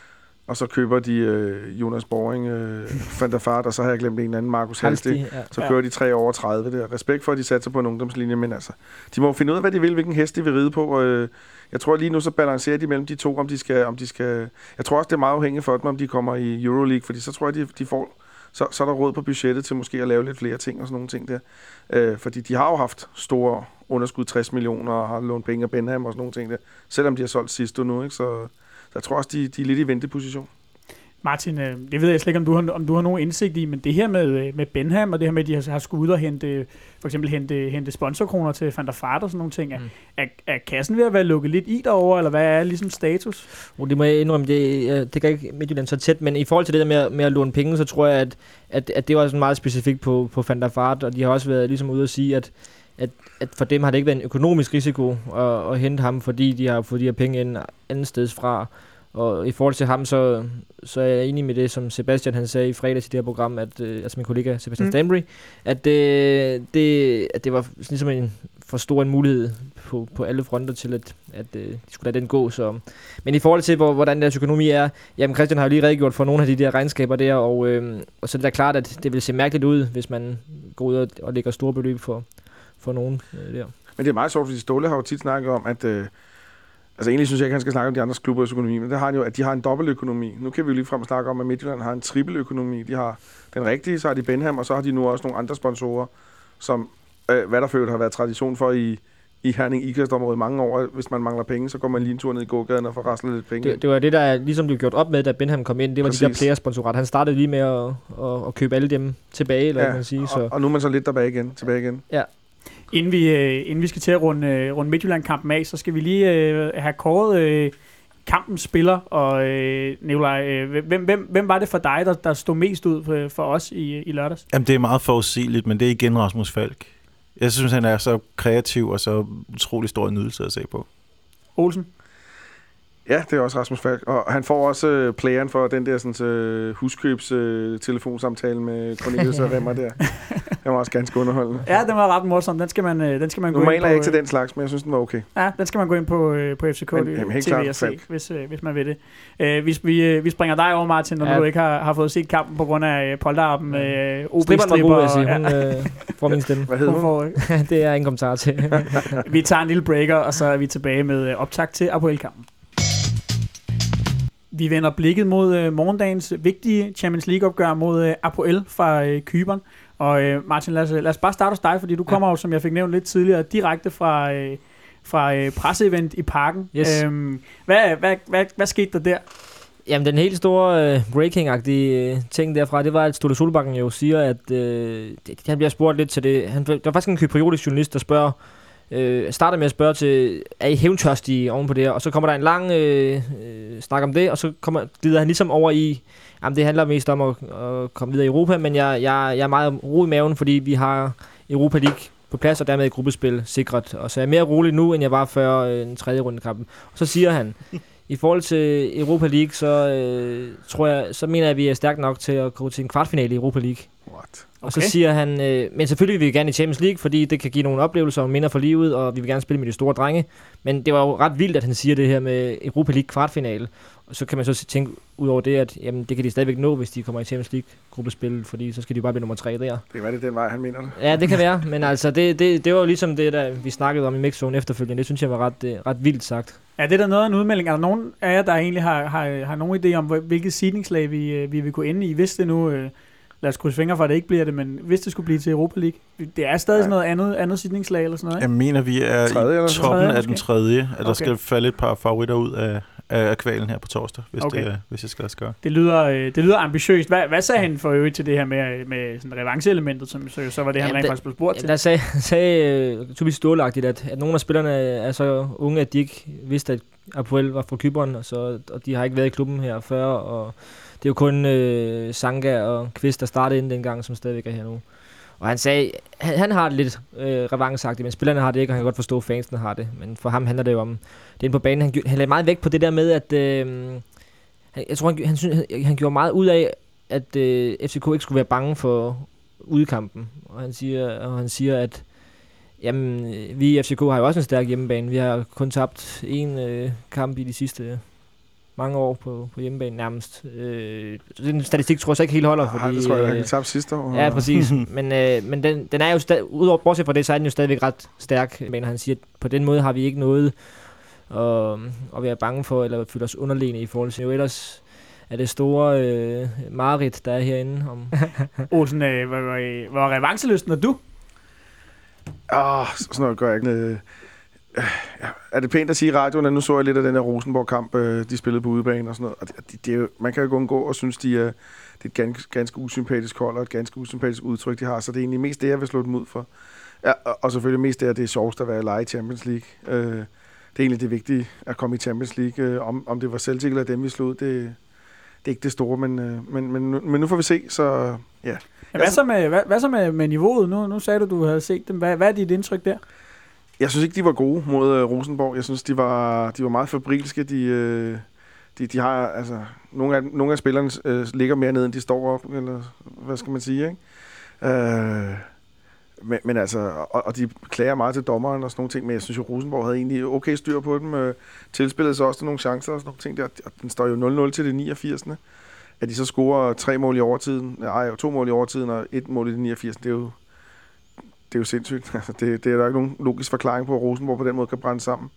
Speaker 3: Og så køber de øh, Jonas Boring, øh, Van der Vaart, og så har jeg glemt en anden, Markus Halsted. Ja. Så kører de tre over tredive der. Respekt for, at de satser på en ungdomslinje, men altså, de må finde ud af, hvad de vil, hvilken hest de vil ride på. Og, øh, jeg tror lige nu, så balancerer de mellem de to, om de skal... Om de skal jeg tror også, det er meget afhængigt for dem, om de kommer i Euroleague, fordi så tror jeg, de, de får... Så, så er der råd på budgettet til måske at lave lidt flere ting og sådan nogle ting der. Øh, fordi de har jo haft store underskud, tres millioner, og har lånt penge af Benham og sådan nogle ting der. Selvom de har solgt sidst nu, ikke? Så, så jeg tror også, de, de er lidt i venteposition.
Speaker 2: Martin, øh, det ved jeg slet ikke, om du har, om du har nogen indsigt i, men det her med, med Benham, og det her med, at de har, har skulle ud og hente, for eksempel hente, hente sponsorkroner til Van der Vaart og sådan nogle ting, er, mm. er, er kassen ved at være lukket lidt i derovre, eller hvad er ligesom status?
Speaker 5: Oh, det må jeg indrømme, det, det kan ikke Midtjylland så tæt, men i forhold til det der med, at, med at låne penge, så tror jeg, at, at, at det var sådan meget specifikt på, på Van der Vaart, og de har også været ligesom ude at sige, at At, at for dem har det ikke været en økonomisk risiko at, at hente ham, fordi de har fået de her penge ind anden steds fra. Og i forhold til ham, så, så er jeg enig med det, som Sebastian han sagde i fredags i det her program, at, øh, altså min kollega Sebastian mm. Stanbury, at, øh, det, at det var ligesom en for stor en mulighed på, på alle fronter til, at, at øh, de skulle lade den gå. Så. Men i forhold til, hvor, hvordan deres økonomi er, jamen Christian har jo lige redegjort for nogle af de der regnskaber der, og, øh, og så er det da klart, at det vil se mærkeligt ud, hvis man går ud og, og lægger store beløb for for nogen øh, der.
Speaker 3: Men det er meget sjovt, fordi Ståle har jo tit snakket om, at øh, altså egentlig synes jeg ikke, han skal snakke om de andres klubbers økonomi, men det har han jo, at de har en dobbeltøkonomi. Nu kan vi jo ligefrem snakke om, at Midtjylland har en trippeløkonomi. De har den rigtige, så har de Benham, og så har de nu også nogle andre sponsorer, som, øh, hvad der før har været tradition for i, i Herning-Ikast-området i mange år. Hvis man mangler penge, så går man lige en tur ned i gågaden og får raslet lidt penge.
Speaker 5: Det, det var det, der ligesom blev gjort op med, da Benham kom ind. Det var Præcis. De der playersponsorat. Han startede lige med at, at, at købe alle dem tilbage, eller ja, man sige. Så.
Speaker 3: Og, og nu er man så lidt tilbage igen. Tilbage igen.
Speaker 5: Ja.
Speaker 2: Inden vi, øh, inden vi skal til at runde, øh, runde Midtjylland-kampen af, så skal vi lige øh, have kåret øh, kampens spiller. Og øh, Nikolaj, øh, hvem, hvem, hvem var det for dig, der, der stod mest ud for, for os i, i lørdags?
Speaker 4: Jamen, det er meget forudsigeligt, men det er igen Rasmus Falk. Jeg synes, han er så kreativ og så utrolig stor nydelse at se på.
Speaker 2: Olsen?
Speaker 3: Ja, det er også Rasmus Falk. Og han får også øh, playeren for den der sådan, øh, huskøbs øh, telefonsamtale med Cornelius og Remmer der. Den var også ganske underholdende.
Speaker 2: Ja, den var ret morsom. Den skal man, øh, den skal man gå ind på.
Speaker 3: Nu maler jeg ikke til den slags, men jeg synes, den var okay.
Speaker 2: Ja, den skal man gå ind på, øh, på F C K T V og se, hvis, øh, hvis man vil det. Øh, hvis vi, øh, vi springer dig over, Martin, når ja. du ikke har, har fået set kampen på grund af øh, polterappen. Øh,
Speaker 5: Stripperen var god, jeg siger. Hun ja. øh, får min stemme.
Speaker 3: Hvad hedder hun?
Speaker 2: Får, øh.
Speaker 5: Det er ingen kommentar til.
Speaker 2: Vi tager en lille breaker, og så er vi tilbage med øh, optakt til Apoel-kampen. Vi vender blikket mod øh, morgendagens vigtige Champions League-opgør mod øh, Apoel fra øh, Cypern. Og øh, Martin, lad os, lad os bare starte hos dig, fordi du kommer ja. jo, som jeg fik nævnt lidt tidligere, direkte fra, øh, fra øh, presseevent i Parken.
Speaker 5: Yes.
Speaker 2: Øhm, hvad, hvad, hvad, hvad skete der der?
Speaker 5: Jamen, den helt store øh, breaking-agtige øh, ting derfra, det var, at Ståle Solbakken jo siger, at øh, det, han bliver spurgt lidt til det. Han, der var faktisk en kypriotisk journalist, der spørger, Øh, starter med at spørge til, er I hævntørstige oven på det her? Og så kommer der en lang øh, øh, snak om det, og så kommer, glider han ligesom over i, jamen det handler mest om at, at komme videre i Europa, men jeg, jeg, jeg er meget ro i maven, fordi vi har Europa League på plads, og dermed et gruppespil sikret. Og så er jeg mere rolig nu, end jeg var før øh, en tredje runde kampen. Og så siger han, i forhold til Europa League, så øh, tror jeg, så mener jeg, at vi er stærkt nok til at gå til en kvartfinale i Europa League.
Speaker 3: What?
Speaker 5: Okay. Og så siger han, øh, men selvfølgelig vil vi gerne i Champions League, fordi det kan give nogle oplevelser og minder for livet, og vi vil gerne spille med de store drenge. Men det var jo ret vildt, at han siger det her med Europa League kvartfinale. Og så kan man så tænke ud over det, at jamen, det kan de stadigvæk nå, hvis de kommer i Champions League gruppespil, fordi så skal de bare blive nummer tre der.
Speaker 3: Det kan være, det den vej, han mener det.
Speaker 5: Ja, det kan være, men altså, det, det, det var jo ligesom det, der vi snakkede om i Mixzone efterfølgende. Det synes jeg var ret, ret vildt sagt.
Speaker 2: Ja, det er der noget af en udmelding. Er der nogen af jer, der egentlig har, har, har nogen idé om, hvilket seedingslag vi, vi vil gå ind i, hvis det nu... Øh, lad os krydse fingre for, at det ikke bliver det, men hvis det skulle blive til Europa League, det er stadig ja. sådan noget andet, andet sidningslag eller sådan noget, ikke?
Speaker 4: Jeg mener, vi er
Speaker 3: tredje,
Speaker 4: i toppen
Speaker 2: tredje,
Speaker 4: af den tredje, at okay. der skal falde et par favoritter ud af, af kvalen her på torsdag, hvis, okay. det, hvis jeg skal lade gøre.
Speaker 2: Det lyder, det lyder ambitiøst. Hvad, hvad sagde han for øvrigt til det her med, med sådan revanche-elementet, som så, så var det, han rent faktisk blev spurgt til?
Speaker 5: Der sagde, sagde uh, Tobias Stålagtigt, at, at nogle af spillerne er så unge, at de ikke vidste, at Apoel var fra Cypern, og, så, og de har ikke været i klubben her før, og det er jo kun øh, Sanka og Kvist, der startede inden dengang, som stadigvæk er her nu. Og han sagde, han, han har det lidt øh, revancheagtigt, men spillerne har det ikke, og han kan godt forstå, at fansene har det. Men for ham handler det jo om, det er på banen. Han, han lagde meget vægt på det der med, at øh, han, jeg tror, han, han, synes, han, han gjorde meget ud af, at øh, F C K ikke skulle være bange for udkampen. Og han siger, og han siger at jamen, vi i F C K har jo også en stærk hjemmebane. Vi har kun tabt én øh, kamp i de sidste mange år på, på hjemmebane nærmest. Øh, den statistik tror jeg så ikke helt holder. Fordi,
Speaker 3: Ej, det tror jeg,
Speaker 5: øh,
Speaker 3: vi tabte sidste år.
Speaker 5: Ja, præcis. men øh, men den, den er jo stadig, udover bortset fra det, så er den jo stadigvæk ret stærk. Men han siger, at på den måde har vi ikke noget at, at være bange for, eller føle os underlegne i forhold til. Jo ellers er det store øh, mareridt, der er herinde. Om
Speaker 2: Olsen, øh, hvor, hvor, hvor revanchelysten er du?
Speaker 3: Åh, sådan noget gør jeg ikke. ja, er det pænt at sige i radioen, at nu så jeg lidt af den her Rosenborg-kamp, øh, de spillede på udebane og sådan noget. Og det, det, det er jo, man kan jo ikke undgå og synes, de er, det er et ganske, ganske usympatisk hold og et ganske usympatisk udtryk, de har. Så det er egentlig mest det, jeg vil slå dem ud for. Ja, og, og selvfølgelig mest det, at det er sjovest at være lege i Champions League. Øh, det er egentlig det vigtige at komme i Champions League. Øh, om, om det var Celtic eller dem, vi slog ud, det, det er ikke det store, men, øh, men, men, men nu får vi se, så ja.
Speaker 2: Ja, hvad så med, hvad, hvad så med, med niveauet? Nu, nu sagde du, du havde set dem. Hvad, hvad er dit indtryk der?
Speaker 3: Jeg synes ikke, de var gode mod uh, Rosenborg. Jeg synes, de var, de var meget fabrilske. De, uh, de, de har, altså, nogle af, nogle af spillerne uh, ligger mere ned, end de står op, eller hvad skal man sige, ikke? Uh, men, men altså, og, og de klager meget til dommeren og sådan nogle ting, men jeg synes jo, Rosenborg havde egentlig okay styr på dem. Uh, tilspillede så også nogle chancer og sådan nogle ting der, og den står jo nul nul til det niogfirs. At de så scorer tre mål i overtiden, nej, to mål i overtiden og et mål i det niogfirs, det er jo Det er jo sindssygt. Altså, det, det er der ikke nogen logisk forklaring på, at Rosenborg på den måde kan brænde sammen.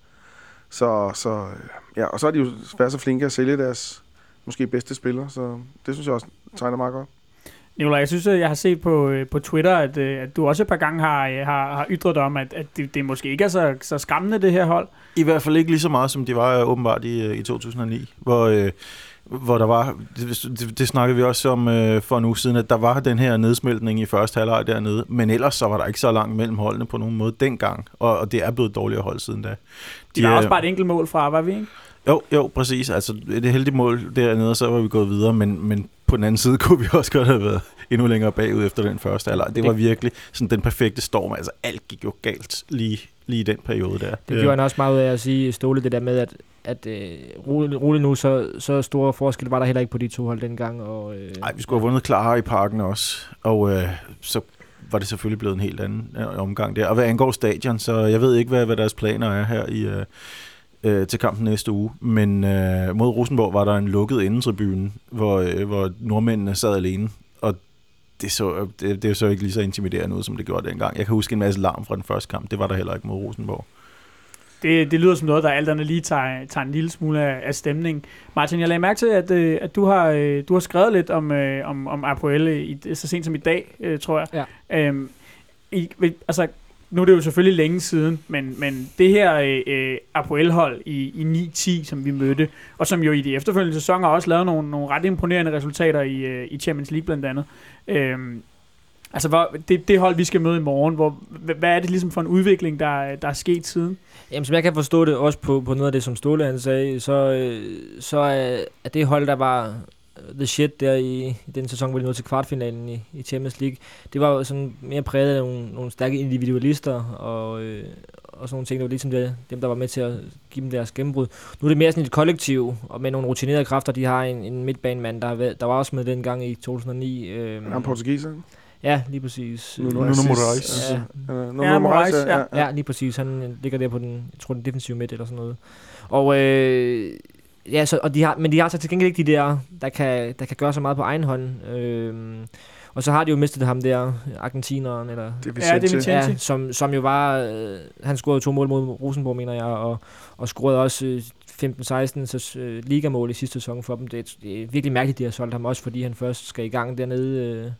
Speaker 3: Så, så ja, og så er de jo været så flinke at sælge deres måske bedste spillere, så det synes jeg også tegner meget godt.
Speaker 2: Nicolaj, jeg synes, jeg har set på, på Twitter, at, at du også et par gange har, har, har ytret dig om, at, at det, det måske ikke er så, så skræmmende, det her hold.
Speaker 4: I hvert fald ikke lige så meget, som de var åbenbart i, i to tusind og ni, hvor... Øh, hvor der var, det, det, det snakkede vi også om øh, for en uge siden, at der var den her nedsmeltning i første halvleg dernede, men ellers så var der ikke så langt mellem holdene på nogen måde dengang, og, og det er blevet dårligere hold siden da. De,
Speaker 2: de var øh, også bare et enkelt mål fra, var vi ikke?
Speaker 4: Jo, jo, præcis. Altså det heldige mål dernede, så var vi gået videre, men, men på den anden side kunne vi også godt have været endnu længere bagud efter den første halvleg. Det var virkelig sådan den perfekte storm, altså alt gik jo galt lige, lige i den periode der.
Speaker 5: Det gjorde han også meget ud af at sige, Ståle, det der med, at at øh, roligt nu, så, så store forskel var der heller ikke på de to hold dengang. Og, øh,
Speaker 4: Nej, vi skulle have vundet klarere i Parken også, og øh, så var det selvfølgelig blevet en helt anden øh, omgang der. Og hvad angår stadion, så jeg ved ikke, hvad, hvad deres planer er her i, øh, øh, til kampen næste uge, men øh, mod Rosenborg var der en lukket indentribune, hvor, øh, hvor nordmændene sad alene, og det så, det, det så ikke lige så intimiderende ud, som det gjorde dengang. Jeg kan huske en masse larm fra den første kamp, det var der heller ikke mod Rosenborg.
Speaker 2: Det, det lyder som noget, der alt andet lige tager, tager en lille smule af, af stemning. Martin, jeg lagde mærke til, at, at du, har, du har skrevet lidt om, om, om Apoel i, så sent som i dag, tror jeg. Ja. Øhm, i, altså, nu er det jo selvfølgelig længe siden, men, men det her øh, Apoel-hold i, i ni ti, som vi mødte, og som jo i de efterfølgende sæsoner også lavede nogle, nogle ret imponerende resultater i, i Champions League blandt andet. Øhm, altså, hvor, det, det hold, vi skal møde i morgen, hvor, hvad er det ligesom for en udvikling, der, der er sket siden?
Speaker 5: Jamen, som jeg kan forstå det også på, på noget af det, som Ståle han sagde, så, øh, så er det hold, der var the shit der i, i den sæson, hvor de nåede til kvartfinalen i, i Champions League, det var jo sådan mere præget af nogle, nogle stærke individualister og, øh, og sådan nogle ting, der var ligesom det, dem, der var med til at give dem deres gennembrud. Nu er det mere sådan et kollektiv, og med nogle rutinerede kræfter. De har en, en midtbanemand, der, har været, der var også med den gang i to tusind og ni. Øh,
Speaker 3: Han er portugiser.
Speaker 5: Ja, lige præcis.
Speaker 3: Nuno
Speaker 4: Moraes.
Speaker 5: Ja.
Speaker 3: Nuno Moraes, ja, ja.
Speaker 5: Ja, lige præcis. Han ligger der på den, jeg tror, den defensive midt eller sådan noget. Og øh, ja, så, og de har, men de har så til gengæld ikke de der, der kan, der kan gøre så meget på egen hånd. Øh, og så har de jo mistet ham der, argentineren, eller...
Speaker 3: Det er Vicente.
Speaker 5: Ja, som, som jo var... Øh, han scorede to mål mod Rosenborg, mener jeg, og, og scorede også øh, femten seksten så, øh, ligamål i sidste sæson for dem. Det er, det er virkelig mærkeligt, de har solgt ham, også fordi han først skal i gang dernede... Øh,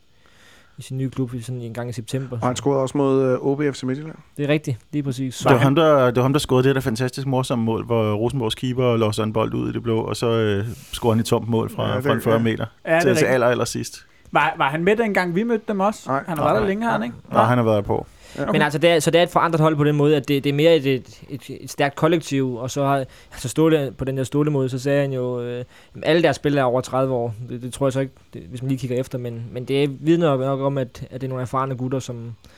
Speaker 5: i sin nye klub sådan en gang i september.
Speaker 3: Og han scorede også mod uh, O B F C Midtjylland.
Speaker 5: Det er rigtigt, lige præcis.
Speaker 4: Det var, ham, der, det var ham, der scorede det der fantastisk morsomme mål, hvor Rosenborgs keeper låser en bold ud i det blå, og så øh, scorede han et tomt mål fra, ja, det, fra en fyrre meter
Speaker 2: ja,
Speaker 4: til, til aller, aller sidst.
Speaker 2: Var, var han med dengang vi mødte dem også?
Speaker 3: Nej.
Speaker 2: Han har været der længe, har han ikke?
Speaker 4: Nej, han har været på.
Speaker 5: Ja, okay. Men altså, det er, så det er et forandret hold på den måde, at det, det er mere et, et, et, et stærkt kollektiv, og så har altså Ståle, på den der Ståle måde, så sagde han jo, øh, alle deres spillere er over tredive år. Det, det tror jeg så ikke, det, hvis man lige kigger efter, men, men det er vidner nok om, at, at det er nogle erfarne gutter, som,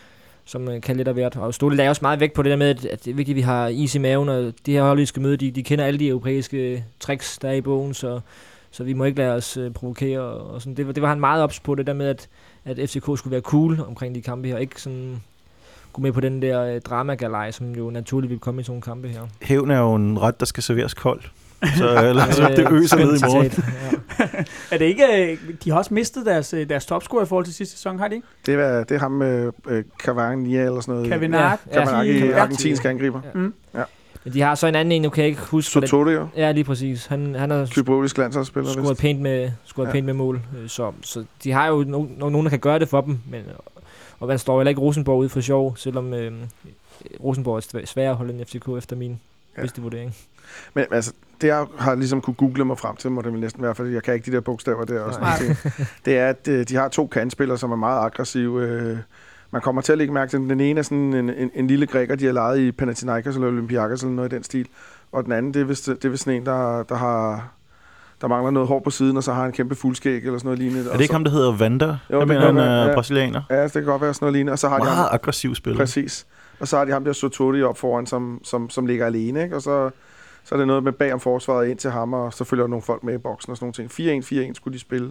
Speaker 5: som kan lidt af hvert. Og Ståle lagde også meget vægt på det der med, at, at det er vigtigt, at vi har is i maven, og de her hold, vi skal møde, de, de kender alle de europæiske tricks, der er i bogen, så, så vi må ikke lade os øh, provokere. Og sådan. Det, det var han meget ops på, det der med, at, at F C K skulle være cool omkring de kampe her, ikke sådan... gå med på den der øh, dramagalej, som jo naturligt vil komme i sådan nogle kampe her.
Speaker 4: Hævn er jo en ret, der skal serveres kold. Så eller, så det øser ned i morgen.
Speaker 2: Ja. Er det ikke, de har også mistet deres, deres topscorer i forhold til sidste sæson, har de ikke?
Speaker 3: Det er, det er ham med øh, Cavani eller sådan noget.
Speaker 2: Cavinart.
Speaker 3: Ja, Cavinart, ja. Argentinsk angriber.
Speaker 5: Ja. Mm. Ja. Men de har så en anden en, nu kan jeg ikke huske.
Speaker 3: Sotorio.
Speaker 5: Ja, lige præcis. Han, han har
Speaker 3: Kyprotisk landsholdsspiller.
Speaker 5: Scoret pænt med, scoret ja. pænt med mål. Så, så de har jo no, no, nogen, der kan gøre det for dem, men... Og man står heller ikke Rosenborg ud for sjov, selvom øh, Rosenborg er sværere at holde end F C K efter min
Speaker 3: Ja.
Speaker 5: bedste vurdering.
Speaker 3: Men altså, det jeg har ligesom kunne google mig frem til, må det vel næsten være, for jeg kan ikke de der bogstaver der og sådan noget ting. Det er, at øh, de har to kantspillere, som er meget aggressive. Øh, man kommer til at lægge mærke til, den ene er sådan en, en, en lille græker, de har lejet i Panathinaikos eller Olympiakos eller noget i den stil. Og den anden, det er vist, det er vist sådan en, der, der har... Der mangler noget hår på siden, og så har han en kæmpe fuldskæg eller sådan noget lignende.
Speaker 4: Er det ikke ham, der hedder Vander?
Speaker 3: Jo,
Speaker 4: jeg
Speaker 3: det
Speaker 4: mener, han
Speaker 3: kan
Speaker 4: er
Speaker 3: være, ja.
Speaker 4: brasilianer.
Speaker 3: Ja, det kan godt være sådan noget lignende. Og så har de
Speaker 4: Meget
Speaker 3: ham,
Speaker 4: aggressiv spiller.
Speaker 3: præcis. Og så har de ham der Sotori op foran, som, som, som ligger alene, ikke? Og så, så er det noget med bagom forsvaret ind til ham, og så følger der nogle folk med i boksen og sådan nogle ting. fire en fire en skulle de spille.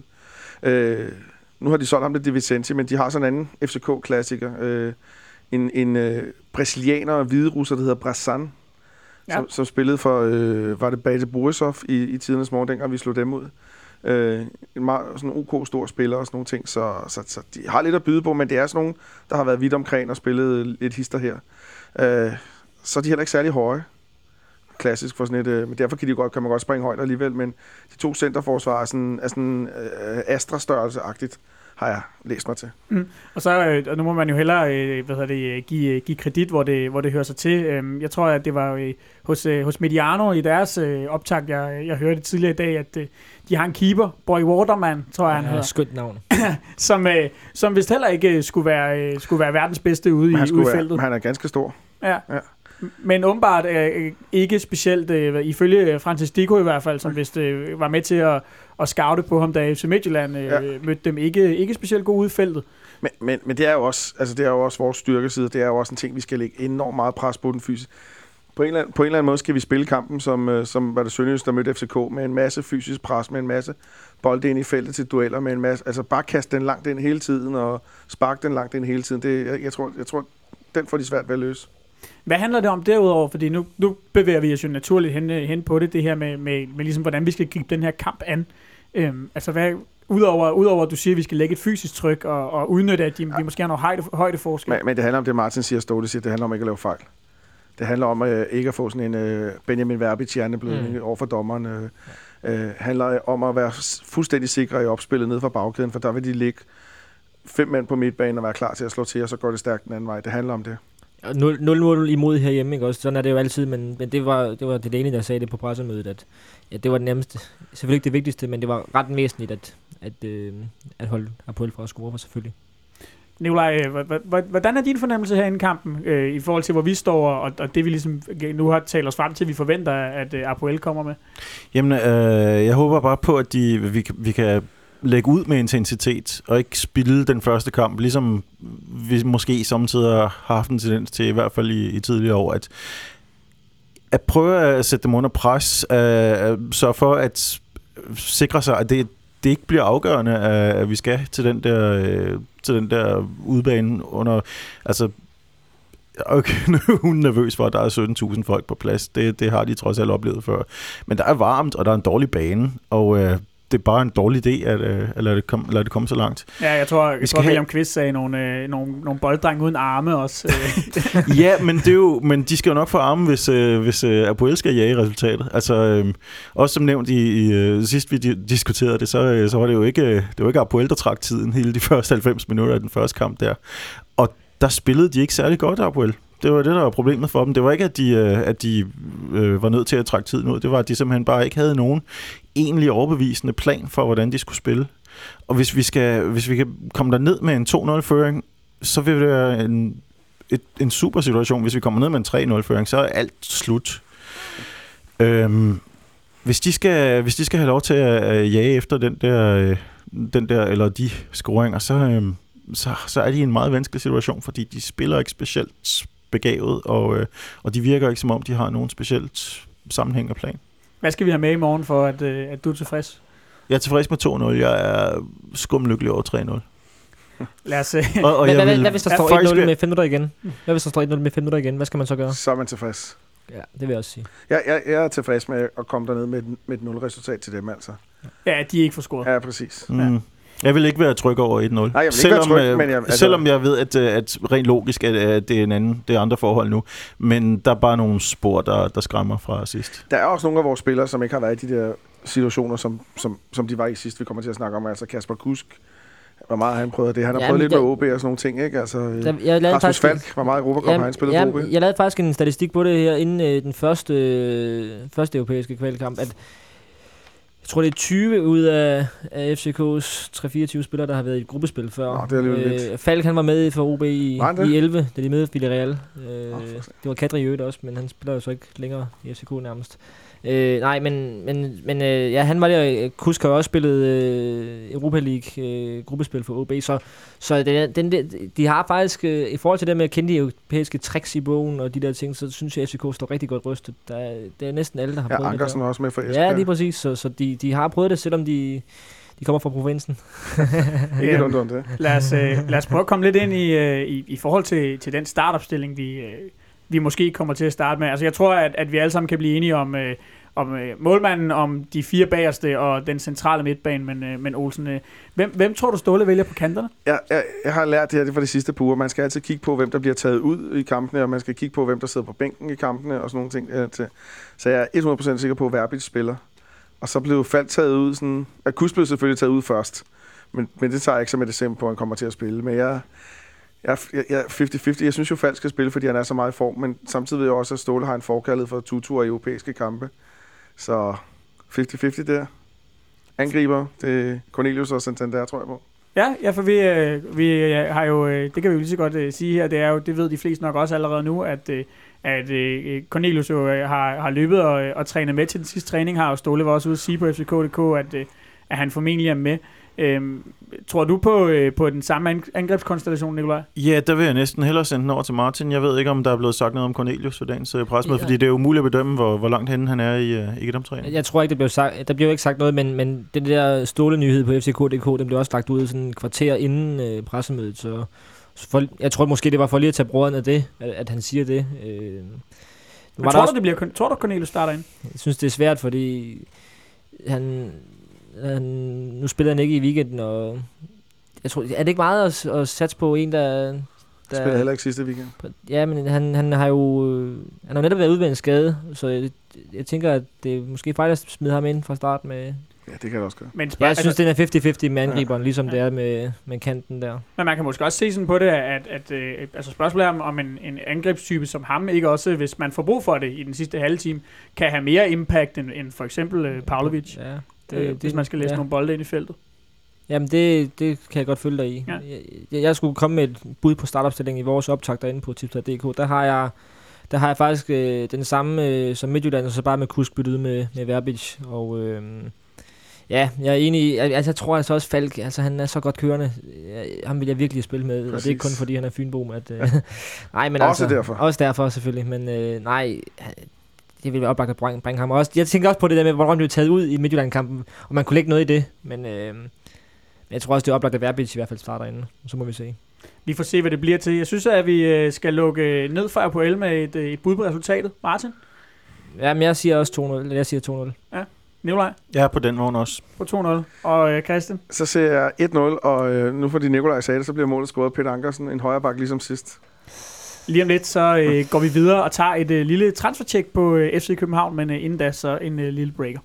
Speaker 3: Øh, nu har de solgt ham til Di Vicente, men de har sådan en anden F C K-klassiker. Øh, en en øh, brasilianer og hvide russer, der hedder Brazan, ja. som, som spillede for, øh, var det Bate Borisov i, i tidernes morgen, dengang vi slog dem ud. Øh, en meget sådan OK stor spiller og sådan nogle ting, så, så, så de har lidt at byde på, men det er sådan nogle, der har været vidt omkring og spillet lidt hister her. Øh, så er de heller ikke særlig høje. Klassisk for sådan et, øh, men derfor kan, de godt, kan man godt springe højt alligevel, men de to centerforsvar er sådan, er sådan øh, Astra-størrelse-agtigt, har jeg læst mig til.
Speaker 2: Mm. Og så øh, og nu må man jo hellere øh, hvad hedder det, give, give kredit, hvor det, hvor det hører sig til. Øh, jeg tror, at det var øh, hos, øh, hos Mediano i deres øh, optag, jeg, jeg hørte tidligere i dag, at øh, de har en keeper, Boy Waterman, tror jeg, han
Speaker 5: Ja,
Speaker 2: hedder.
Speaker 5: skønt navn.
Speaker 2: som, øh, som vist heller ikke øh, skulle være, øh, skulle være verdens bedste ude i,
Speaker 3: han,
Speaker 2: ude i
Speaker 3: være,
Speaker 2: feltet.
Speaker 3: han er ganske stor.
Speaker 2: Ja.
Speaker 3: Ja.
Speaker 2: Men åbenbart øh, ikke specielt, øh, ifølge Francis Dico i hvert fald, som vist øh, var med til at, at scoute på ham, da F C Midtjylland øh, ja. mødte dem, ikke, ikke specielt god ude i feltet.
Speaker 3: Men, men, men det er jo også, altså det er jo også vores styrkeside. Det er jo også en ting, vi skal lægge enormt meget pres på den fysisk. På en, eller anden, på en eller anden måde skal vi spille kampen, som, som var det Sønderjysk, der mødte F C K, med en masse fysisk pres, med en masse bolde ind i feltet til dueller, med en masse, altså bare kaste den langt ind hele tiden, og sparke den langt ind hele tiden. Det, jeg, jeg, tror, jeg tror, den får de svært ved at løse. Hvad
Speaker 2: handler det om derudover? Fordi nu, nu bevæger vi os jo naturligt hen, hen på det, det her med, med, med ligesom, hvordan vi skal gribe den her kamp an. Øhm, altså, hvad, udover, udover at du siger, at vi skal lægge et fysisk tryk og, og udnytte, at de, ja. de måske har noget højde, højdeforskel.
Speaker 3: Men, men det handler om det, Martin siger, Ståle siger, det handler om ikke at lave fejl. Det handler om øh, ikke at få sådan en øh, Benjamin Verbic hjerneblødning mm. over for dommeren. Øh, øh, handler om at være fuldstændig sikre i opspillet ned fra bagkæden, for der vil de ligge fem mænd på midtbanen og være klar til at slå til, og så går det stærkt den anden vej. Det handler om det.
Speaker 5: nul nul imod herhjemme, ikke også? Sådan er det jo altid, men, men det var det var det ene, der sagde det på pressemødet, at ja, det var det nemmeste. Selvfølgelig ikke det vigtigste, men det var ret væsentligt, at, at, øh, at holde Apoel fra at score, for selvfølgelig.
Speaker 2: Nikolaj, hvordan er din fornemmelse her i kampen, øh, i forhold til, hvor vi står, og, og det vi ligesom nu har talt os frem til, vi forventer, at øh, Apoel kommer med?
Speaker 4: Jamen, øh, jeg håber bare på, at de, vi, vi kan lægge ud med intensitet, og ikke spille den første kamp, ligesom vi måske samtidig har haft en tendens til, i hvert fald i, i tidligere år, at, at prøve at sætte dem under pres, at sørge for at sikre sig, at det, det ikke bliver afgørende, at vi skal til den der, til den der udbane under, altså, okay, nu er hun nervøs for, at der er sytten tusind folk på plads. Det, det har de trods alt oplevet før. Men der er varmt, og der er en dårlig bane, og øh, det er bare en dårlig idé, at, øh, at lade, det kom, lade det komme så langt.
Speaker 2: Ja, jeg tror, jeg tror William Kvist sagde nogle, øh, nogle, nogle bolddreng uden arme også.
Speaker 4: Ja, men, det er jo, men de skal jo nok få arme, hvis, øh, hvis øh, Apoel skal jage resultatet. Altså, øh, også som nævnt i, i øh, sidst vi diskuterede det, så, øh, så var det jo ikke, øh, det var ikke Apoel, der trak tiden hele de første halvfems minutter af den første kamp der. Og der spillede de ikke særlig godt, Apoel. Det var det, der var problemet for dem. Det var ikke, at de, øh, at de øh, var nødt til at trække tiden ud. Det var, at de simpelthen bare ikke havde nogen egentlig overbevisende plan for, hvordan de skulle spille. Og hvis vi, skal, hvis vi kan komme der ned med en to nul-føring, så vil det være en, et, en super situation. Hvis vi kommer ned med en tre nul-føring, så er alt slut. Øhm, hvis, de skal, hvis de skal have lov til at jage efter den der, den der eller de scoringer, så, øhm, så, så er de i en meget vanskelig situation, fordi de spiller ikke specielt begavet, og, øh, og de virker ikke som om, de har nogen specielt sammenhæng og plan.
Speaker 2: Hvad skal vi have med i morgen for, at, øh, at du er tilfreds?
Speaker 4: Jeg er tilfreds med to nul. Jeg er skumlykkelig over tre nul.
Speaker 2: Lad os se.
Speaker 5: Og, og hvad, hvad, hvad hvis der står et nul med fem minutter igen? Hvad hvis der står et nul med fem minutter igen? Hvad skal man så gøre?
Speaker 3: Så er man tilfreds.
Speaker 5: Ja, det vil jeg også sige.
Speaker 3: Jeg, jeg, jeg er tilfreds med at komme derned med et, med et nul-resultat til dem, altså.
Speaker 2: Ja, de er ikke for scoret.
Speaker 3: Ja, præcis.
Speaker 4: Mm.
Speaker 3: Ja.
Speaker 4: Jeg vil ikke være tryg over et nul.
Speaker 3: Nej, jeg vil
Speaker 4: selvom,
Speaker 3: ikke være tryg, men jeg... Altså,
Speaker 4: selvom jeg ved, at, at rent logisk, at, at det er en anden, det er andre forhold nu. Men der er bare nogle spor, der, der skræmmer fra sidst.
Speaker 3: Der er også nogle af vores spillere, som ikke har været i de der situationer, som, som, som de var i sidst. Vi kommer til at snakke om, altså Kasper Kusk Hvor meget han prøvede det. Han har
Speaker 5: Ja,
Speaker 3: prøvet
Speaker 5: men
Speaker 3: lidt
Speaker 5: der-
Speaker 3: med O B og sådan nogle ting, ikke? Altså, øh,
Speaker 5: Der, jeg lavede
Speaker 3: Rasmus
Speaker 5: faktisk,
Speaker 3: Falk var meget i Europacup, har han spillet for O B.
Speaker 5: jeg lavede faktisk en statistik på det her inden øh, den første, øh, første europæiske kvalkamp, at jeg tror, det er tyve ud af, af F C K's tre fireogtyve spillere, der har været i et gruppespil før.
Speaker 3: Nå, det er alligevel lidt.
Speaker 5: Falk, han var med for O B i,
Speaker 3: Var han det?
Speaker 5: i elleve, da de mødte Villarreal. Øh,
Speaker 3: Nå, for
Speaker 5: det var Kadri i øvrigt også, men han spiller jo så ikke længere i F C K nærmest. Øh, nej, men, men, men øh, ja, han var der. Kusk har jo også spillet øh, Europa League øh, gruppespil for O B, så, så den, den, de har faktisk, øh, i forhold til det med at kende de europæiske tricks i bogen og de der ting, så synes jeg, at F C K står rigtig godt rystet. Der er, det er næsten alle, der har
Speaker 3: Ja,
Speaker 5: prøvet
Speaker 3: Ankersen
Speaker 5: det.
Speaker 3: var også med for Esbjerg.
Speaker 5: Ja, lige præcis, så, så de, de har prøvet det, selvom de, de kommer fra provinsen.
Speaker 3: Ikke noget om det.
Speaker 2: Lad os, øh, lad os prøve at komme lidt ind i, øh, i, i forhold til, til den startopstilling, vi, øh, vi måske kommer til at starte med. Altså jeg tror, at, at vi alle sammen kan blive enige om, øh, om øh, målmanden, om de fire bagerste og den centrale midtbane, men, øh, men Olsen, øh, hvem, hvem tror du Ståle vælger på kanterne?
Speaker 3: Jeg, jeg, jeg har lært det her det fra de sidste par uger. Man skal altid kigge på, hvem der bliver taget ud i kampene, og man skal kigge på, hvem der sidder på bænken i kampene og sådan nogle ting. Øh, til. Så jeg er hundrede procent sikker på, at Verbic spiller. Og så blev Falk taget ud sådan... At Kuss blev selvfølgelig taget ud først. Men, men det tager jeg ikke så med det simpelthen på, at han kommer til at spille. Men jeg, jeg, jeg, jeg halvtreds halvtreds. Jeg synes jo, Falk skal spille, fordi han er så meget i form. Men samtidig ved jeg også, at Ståle har en forkærlighed for tuturer i europæiske kampe. Så halvtreds halvtreds der. Angriber, det er Cornelius og Santander, tror jeg på.
Speaker 2: Ja, ja, for vi, øh, vi øh, har jo, øh, det kan vi jo lige så godt øh, sige her, det er jo, det ved de fleste nok også allerede nu, at, øh, at øh, Cornelius jo øh, har, har løbet og, og trænet med til den sidste træning, har jo Ståle var også ude at sige på F C K punktum d k, at, øh, at han formentlig er med. Øhm, tror du på, øh, på den samme angrebskonstellation, Nikolaj?
Speaker 4: Ja, der vil jeg næsten hellere sende den over til Martin. Jeg ved ikke, om der er blevet sagt noget om Cornelius for dagens uh, pressemøde,
Speaker 5: Ja.
Speaker 4: fordi det er jo umuligt at bedømme, hvor, hvor langt henne han er i, uh, i genoptræning.
Speaker 5: Jeg tror ikke, der blev sagt, der blev ikke sagt noget, men, men den der Ståle-nyhed på F C K punktum d k, den blev også lagt ud sådan en kvarter inden øh, pressemødet, så, så for, jeg tror måske, det var for lige at tage broderen af det, at, at han siger det. Øh,
Speaker 2: Men tror, også, du, det bliver, tror du, Cornelius starter ind?
Speaker 5: Jeg synes, det er svært, fordi han, han, nu spiller han ikke i weekenden, og jeg tror, er det ikke meget at, at satse på en, der... der
Speaker 3: Spiller heller ikke sidste weekend.
Speaker 5: Ja, men han, han har jo han har netop været ude med en skade, så jeg, jeg tænker, at det er måske fejl at smide ham ind fra start med...
Speaker 3: Ja, det kan jeg også gøre.
Speaker 2: Men,
Speaker 5: Ja, jeg synes,
Speaker 2: altså,
Speaker 5: den er halvtreds halvtreds med angriberen, ja. Ligesom
Speaker 2: Ja.
Speaker 5: det er med, med kanten der.
Speaker 2: men man kan måske også se sådan på det, at, at øh, altså spørgsmålet er, om, om en, en angrebstype som ham ikke også, hvis man får brug for det i den sidste halve time, kan have mere impact end, end for eksempel øh, Pavlovic,
Speaker 5: Ja,
Speaker 2: det,
Speaker 5: det,
Speaker 2: øh,
Speaker 5: det,
Speaker 2: hvis man skal læse
Speaker 5: ja.
Speaker 2: nogle bolde ind i feltet.
Speaker 5: Jamen, det, det kan jeg godt følge dig i.
Speaker 2: Ja.
Speaker 5: Jeg, jeg, jeg skulle komme med et bud på startopstillingen i vores optag derinde på tipstat punktum d k. Der har jeg, der har jeg faktisk øh, den samme øh, som Midtjylland, og så bare med Kusk byttet ud med, med Verbic. Og øh, ja, jeg er enig i, altså jeg tror altså også Falk, altså han er så godt kørende. Jeg, ham vil jeg virkelig spille med, Præcis. Og det er ikke kun fordi han er Fynbo. At, øh, nej, men
Speaker 3: Også
Speaker 5: altså,
Speaker 3: derfor.
Speaker 5: Også derfor selvfølgelig, men øh, nej... Det ville være oplagt at bringe, bringe ham også. Jeg tænker også på det der med, hvordan han blev taget ud i Midtjylland-kampen, og man kunne lægge noget i det, men øh, jeg tror også, det er oplagt, at Verbic i hvert fald starter inde, og så må vi se.
Speaker 2: Vi får se, hvad det bliver til. Jeg synes, at vi øh, skal lukke ned for på el med et, øh, et bud på resultatet. Martin?
Speaker 5: Ja, men jeg siger også to nul. Jeg siger to nul.
Speaker 2: Nikolaj?
Speaker 4: Jeg er på den vogn også.
Speaker 2: På to nul. Og øh, Christian?
Speaker 3: Så ser jeg et nul, og øh, nu fordi Nikolaj sagde det, så bliver målet scoret af Peter Ankersen, en højre bak ligesom sidst.
Speaker 2: Lige om lidt, så øh, går vi videre og tager et øh, lille transfercheck på øh, F C København, men øh, inden da, så en øh, lille breaker.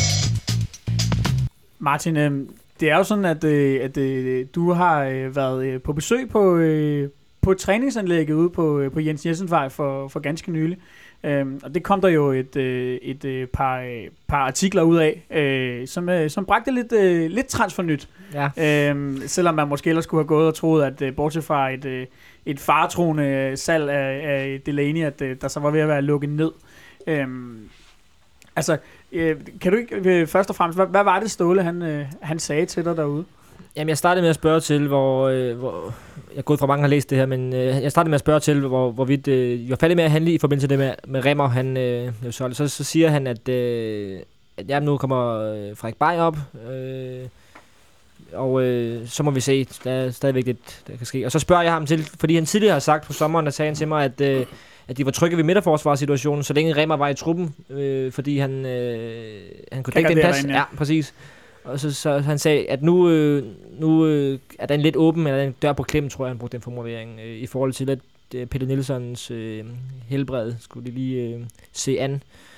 Speaker 2: Martin, øh, det er jo sådan, at, øh, at øh, du har øh, været øh, på besøg på, øh, på et træningsanlæg ude på, øh, på Jens Jensensvej for, for ganske nylig. Øhm, og det kom der jo et, øh, et øh, par, øh, par artikler ud af, øh, som, øh, som bragte lidt, øh, lidt transfernyt.
Speaker 5: Ja.
Speaker 2: Øhm, selvom man måske ellers skulle have gået og troet, at øh, bortset fra et, øh, et faretroende salg af, af Delaney, at øh, der så var ved at være lukket ned. Øhm, altså, øh, kan du ikke øh, først og fremmest, hvad, hvad var det Ståle, han, øh, han sagde til dig derude?
Speaker 5: Jamen, jeg startede med at spørge til, hvor... Øh, hvor jeg er gået fra mange har læst det her, men øh, jeg startede med at spørge til, hvor, hvorvidt øh, jeg var færdig med at handle i forbindelse med det med, med Remmer. Han, øh, så, så, så siger han, at, øh, at jamen, nu kommer øh, Frederik Bay op, øh, og øh, så må vi se. Der er stadigvæk lidt, der kan ske. Og så spørger jeg ham til, fordi han tidligere har sagt på sommeren, der sagde han til mig, at, øh, at de var trygge ved midterforsvarssituationen, så længe Remmer var i truppen, øh, fordi han, øh, han kunne dække den plads.
Speaker 2: Derinde, ja.
Speaker 5: Ja, præcis. Og så, så han sagde, at nu, øh, nu øh, er den lidt åben, eller en dør på klem, tror jeg, han brugte den formulering, øh, i forhold til, at øh, Peter Nielsens øh, helbred skulle de lige øh, se an.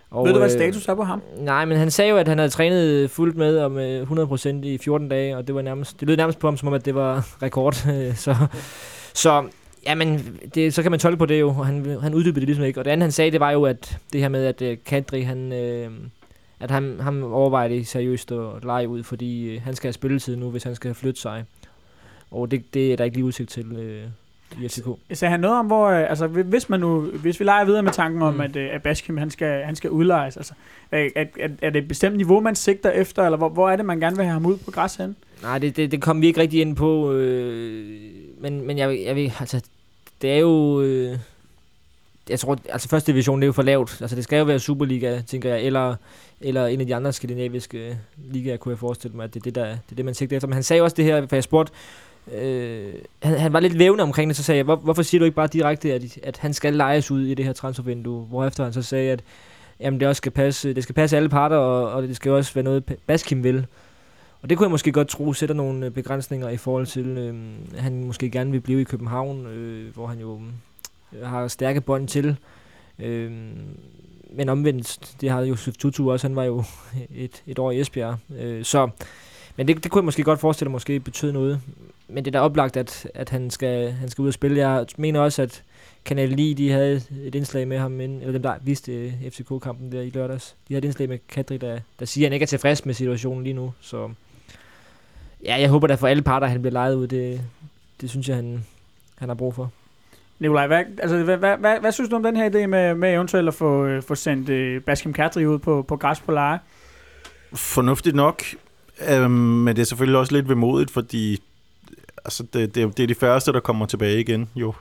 Speaker 5: Og,
Speaker 2: Ved du, hvad
Speaker 5: øh,
Speaker 2: status er på ham?
Speaker 5: Nej, men han sagde jo, at han havde trænet fuldt med om øh, hundrede procent i fjorten dage, og det var nærmest, det lød nærmest på ham, som om, at det var rekord. så, så, jamen, det, så kan man tolke på det jo, og han, han uddybede det ligesom ikke. Og det andet, han sagde, det var jo, at det her med, at øh, Kadri, han, øh, at han, han overvejede seriøst at lege ud, fordi øh, han skal have spilletid nu, hvis han skal flytte sig. Og det, det er der ikke lige udsigt til øh, i F C K.
Speaker 2: Sagde han noget om, hvor, øh, altså hvis man nu, hvis vi leger videre med tanken om, mm. at, øh, at Baskim, han skal, han skal udlejes, altså, er, er, er det et bestemt niveau, man sigter efter, eller hvor, hvor er det, man gerne vil have ham ud på græs hen?
Speaker 5: Nej, det, det, det kom vi ikke rigtig ind på, øh, men, men jeg, jeg ved, altså, det er jo, øh, jeg tror, altså første division, det er jo for lavt, altså det skal jo være Superliga, tænker jeg, eller, eller en af de andre skandinaviske ligaer, kunne jeg forestille mig, at det er det, der, det, er det man sigter efter. Men han sagde også det her, for jeg spurgte, øh, han, han var lidt vævende omkring det, så sagde jeg, Hvor, hvorfor siger du ikke bare direkte, at, at han skal lejes ud i det her transfervindue, hvorefter han så sagde, at jamen, det også skal passe, det skal passe alle parter, og, og det skal også være noget, Baskim vil. Og det kunne jeg måske godt tro sætter nogle begrænsninger i forhold til, øh, at han måske gerne vil blive i København, øh, hvor han jo øh, har stærke bånd til. Øh, men omvendt, det har Josef Tutu også, han var jo et, et år i Esbjerg. Øh, så, men det, det kunne jeg måske godt forestille måske betyde noget. Men det er da oplagt, at, at han, skal, han skal ud og spille. Jeg mener også, at Kanal ni, de havde et indslag med ham, eller dem der viste F C K-kampen der i lørdags. De havde et indslag med Kadri, der, der siger, at han ikke er tilfreds med situationen lige nu. Så ja, jeg håber da for alle parter, at han bliver lejet ud. Det, det synes jeg, han, han har brug for.
Speaker 2: Nikolaj, hvad, altså, hvad, hvad, hvad, hvad synes du om den her idé med, med eventuelt at få, få sendt uh, Baskim Kadri ud på, på græs på leje?
Speaker 4: Fornuftigt nok, øhm, men det er selvfølgelig også lidt vemodigt, fordi altså, det, det, det er de færreste, der kommer tilbage igen. Jo,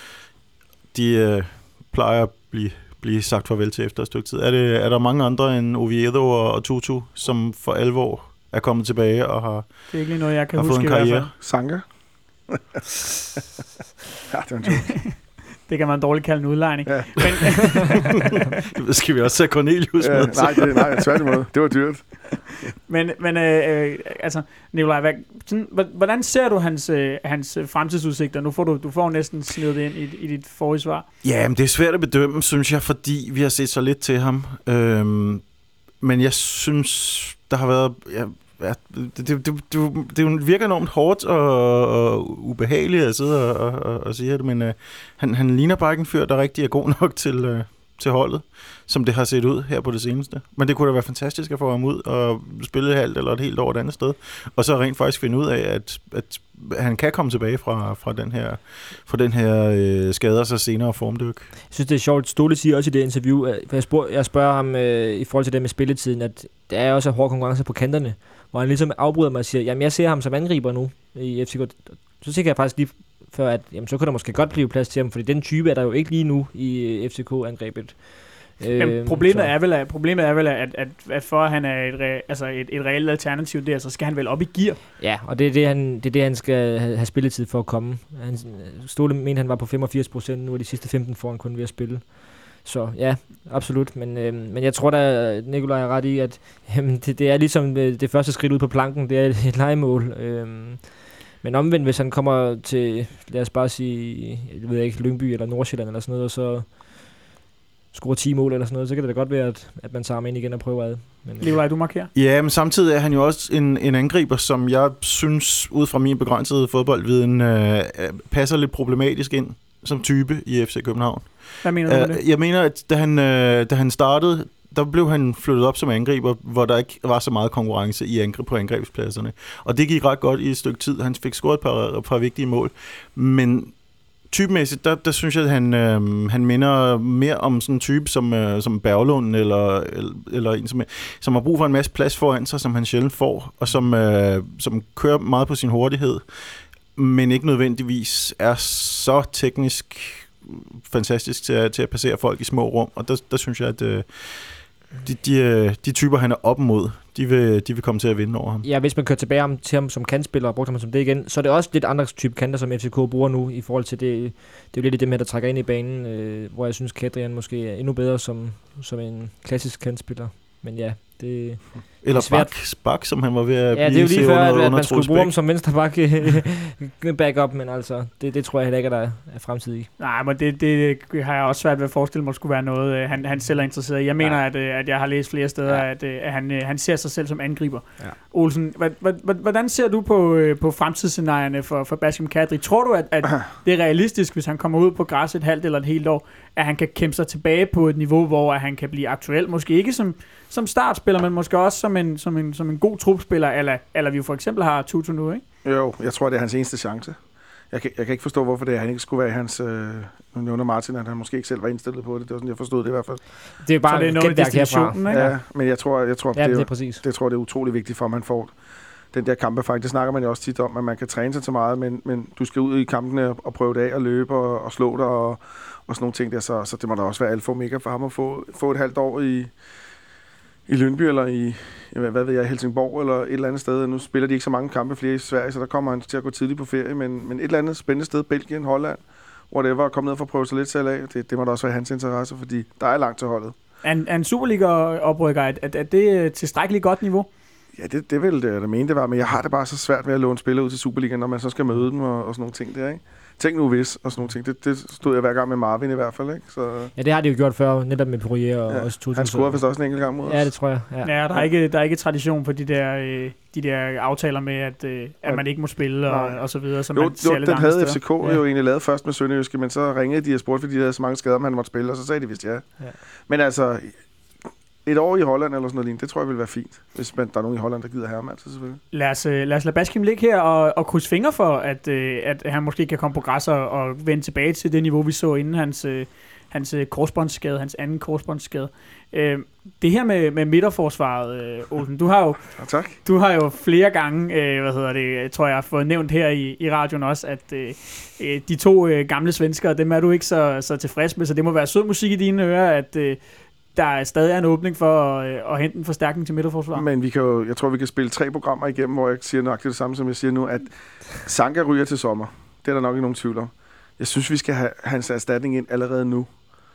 Speaker 4: de øh, plejer at blive, blive sagt farvel til efter et stykke tid. Er, det, er der mange andre end Oviedo og, og Tutu, som for alvor er kommet tilbage og har,
Speaker 2: det er ikke lige noget, jeg kan
Speaker 4: har
Speaker 2: huske
Speaker 4: fået en karriere?
Speaker 3: Sanka? Ja, det var en joke.
Speaker 2: Det kan man dårligt kalde en udlejning. Ja.
Speaker 4: Men skal vi også tage Cornelius
Speaker 3: ja,
Speaker 4: med?
Speaker 3: Nej, det, nej, tværtimod. Det var dyrt.
Speaker 2: men men øh, øh, altså, Nikolaj, hvad, sådan, hvordan ser du hans, øh, hans fremtidsudsigter? Nu får du, du får næsten snedet ind i, i dit forrige svar.
Speaker 4: Ja, men det er svært at bedømme, synes jeg, fordi vi har set så lidt til ham. Øhm, men jeg synes, der har været... Ja, Ja, det, det, det, det, det virker enormt hårdt og, og ubehageligt at sidde og, og, og sige det, men uh, han, han ligner bare ikke en fyr, der rigtig er god nok til, uh, til holdet, som det har set ud her på det seneste. Men det kunne da være fantastisk at få ham ud og spille et halvt eller et helt år et andet sted, og så rent faktisk finde ud af, at, at han kan komme tilbage fra, fra den her, fra den her uh, skade og så senere formdyk.
Speaker 5: Jeg synes, det er sjovt. Ståle siger også i det interview, for jeg, spørger, jeg spørger ham uh, i forhold til det med spilletiden, at der er også hård konkurrence på kanterne, hvor han ligesom afbryder mig og siger, jamen jeg ser ham som angriber nu i F C K. Så tænker jeg faktisk lige før, at jamen, så kunne der måske godt blive plads til ham, fordi den type er der jo ikke lige nu i F C K-angrebet.
Speaker 2: Jamen, problemet, er vel, at, problemet er vel, at, at, at for at han er et, re, altså et, et reelt alternativ der, så skal han vel op i gear.
Speaker 5: Ja, og det er det, han, det er det, han skal have, have spilletid for at komme. Han, Ståle mente, han var på femogfirs procent, nu er de sidste femten for han kun ved at spille. Så ja, absolut. Men, øh, men jeg tror da, Nikolaj er ret i, at jamen, det, det er ligesom det, det første skridt ud på planken, det er et, et lejemål. Øh, men omvendt, hvis han kommer til, lad os bare sige, jeg ved ikke, Lyngby eller Nordsjælland eller sådan noget, og så scorer ti mål eller sådan noget, så kan det da godt være, at, at man tager ham ind igen og prøver ad. Men,
Speaker 2: Nikolaj, du markerer?
Speaker 4: Ja, men samtidig er han jo også en, en angriber, som jeg synes, ud fra min begrænsede fodboldviden, øh, passer lidt problematisk ind som type i F C København.
Speaker 2: Hvad mener du med det?
Speaker 4: Jeg mener, at da han, øh, da han startede, der blev han flyttet op som angriber, hvor der ikke var så meget konkurrence i angreb på angrebspladserne. Og det gik ret godt i et stykke tid. Han fik scoret et par, et par vigtige mål. Men typemæssigt, der, der synes jeg, at han, øh, han minder mere om sådan en type som, øh, som Berglund, eller, eller, eller en, som, som har brug for en masse plads foran sig, som han sjældent får, og som, øh, som kører meget på sin hurtighed, men ikke nødvendigvis er så teknisk fantastisk til at, til at passere folk i små rum, og der, der synes jeg, at øh, de, de, de typer, han er op mod, de vil, de vil komme til at vinde over ham.
Speaker 5: Ja, hvis man kører tilbage ham, til ham som kantspiller og bruger ham som det igen, så er det også lidt andre type kanter, som F C K bruger nu, i forhold til det. Det er jo lidt det med, der trækker ind i banen, øh, hvor jeg synes, Kadrian måske er endnu bedre som, som en klassisk kantspiller. Men ja, det Det,
Speaker 4: Eller
Speaker 5: svært.
Speaker 4: bak, bak, som han var ved at
Speaker 5: ja, det er
Speaker 4: blive
Speaker 5: jo lige
Speaker 4: til
Speaker 5: før,
Speaker 4: under,
Speaker 5: at, at
Speaker 4: under
Speaker 5: man skulle
Speaker 4: Troels
Speaker 5: bruge ham
Speaker 4: Bæk.
Speaker 5: som venstreback backup, men altså, det, det tror jeg heller ikke, at der er fremtid i.
Speaker 2: Nej, men det, det har jeg også svært ved at forestille mig, skulle være noget, øh, han, han selv er interesseret i. Jeg mener,
Speaker 5: Ja.
Speaker 2: at, øh, at jeg har læst flere steder,
Speaker 5: Ja.
Speaker 2: at, øh, at han, øh, han ser sig selv som angriber.
Speaker 5: Ja.
Speaker 2: Olsen, hva- hva- hva- hvordan ser du på, øh, på fremtidsscenarierne for, for Baskem Kadri? Tror du, at, at det er realistisk, hvis han kommer ud på græs et halvt eller et helt år, at han kan kæmpe sig tilbage på et niveau, hvor at han kan blive aktuel? Måske ikke som, som startspiller, men måske også som en, som en, som en god trupspiller, eller, eller vi jo for eksempel har Tutu nu, ikke?
Speaker 3: Jo, jeg tror, det er hans eneste chance. Jeg kan, jeg kan ikke forstå, hvorfor det er, han ikke skulle være i hans... Øh, nu nævner Martin, at han måske ikke selv var indstillet på det. Det var sådan, jeg forstod det i hvert fald.
Speaker 5: Det er jo bare
Speaker 2: Så det er noget med
Speaker 5: gætværk herfra.
Speaker 2: destinationen, ikke?
Speaker 3: Ja, men jeg tror, jeg tror,
Speaker 5: Ja,
Speaker 3: det,
Speaker 5: det
Speaker 3: er,
Speaker 5: er præcis.
Speaker 3: det tror det er utrolig vigtigt for, at man får den der kampe. Det snakker man jo også tit om, at man kan træne sig til meget, men, men du skal ud i kampene og, og prøve det af og løbe og, og slå dig og, og sådan nogle ting der. Så, så det må da også være alfa og omega for ham at få, få et halvt år i, i Lyngby eller i, hvad, hvad ved jeg, Helsingborg eller et eller andet sted. Nu spiller de ikke så mange kampe flere i Sverige, så der kommer han til at gå tidligt på ferie, men, men et eller andet spændende sted, Belgien, Holland, whatever, komme ned for at prøve sig lidt selv af. Det, det må da også være hans interesse, fordi der er langt til holdet.
Speaker 2: Er en, er en Superliga-oprykker, at, at, at det er et tilstrækkeligt godt niveau?
Speaker 3: Ja, det, det vil det, jeg mene det var, men jeg har det bare så svært ved at låne spillere ud til Superligaen, når man så skal møde dem og, og sådan nogle ting der, ikke? Tænk nu hvis, og sådan nogle ting. Det, det stod jeg hver gang med Marvin i hvert fald, ikke? Så,
Speaker 5: Ja, det har de jo gjort før, netop med Poirier og
Speaker 3: ja,
Speaker 5: også Tutu.
Speaker 3: han scorede vist også en enkelt gang mod os.
Speaker 5: Ja, det tror jeg. Ja.
Speaker 2: Ja, der er ikke, der er ikke tradition for de der, øh, de der aftaler med, at, øh, at man ikke må spille og,
Speaker 3: Nej.
Speaker 2: og så videre, som
Speaker 3: Jo,
Speaker 2: man ser
Speaker 3: jo
Speaker 2: lidt
Speaker 3: den
Speaker 2: andre
Speaker 3: havde F
Speaker 2: steder.
Speaker 3: C K ja. jo egentlig lavet først med Sønderjyske, men så ringede de og spurgte, fordi de havde så mange skader, om han måtte spille, og så sagde de vist ja.
Speaker 5: Ja.
Speaker 3: Men altså, et år i Holland eller sådan noget lignende, det tror jeg vil være fint, hvis man, der er nogen i Holland, der gider have ham, altså selvfølgelig.
Speaker 2: Lad os, øh, lad os lade Baskim ligge her og, og krydse fingre for, at, øh, at han måske kan komme på græs og, og vende tilbage til det niveau, vi så inden hans, øh, hans øh, korsbåndsskade, hans anden korsbåndsskade. Øh, det her med, med midterforsvaret, øh, Olsen, du har jo
Speaker 3: Ja, tak.
Speaker 2: Du har jo flere gange, øh, hvad hedder det, tror jeg, fået nævnt her i, i radioen også, at øh, øh, de to øh, gamle svenskere, dem er du ikke så, så tilfreds med, så det må være sød musik i dine ører, at øh, der er stadig en åbning for at, øh, at hente en forstærkning til midterforsvar.
Speaker 3: Men vi kan jo, jeg tror, vi kan spille tre programmer igennem, hvor jeg siger nok det samme, som jeg siger nu, at Sanka ryger til sommer. Det er der nok ikke nogen tvivl om. Jeg synes, vi skal have hans erstatning ind allerede nu.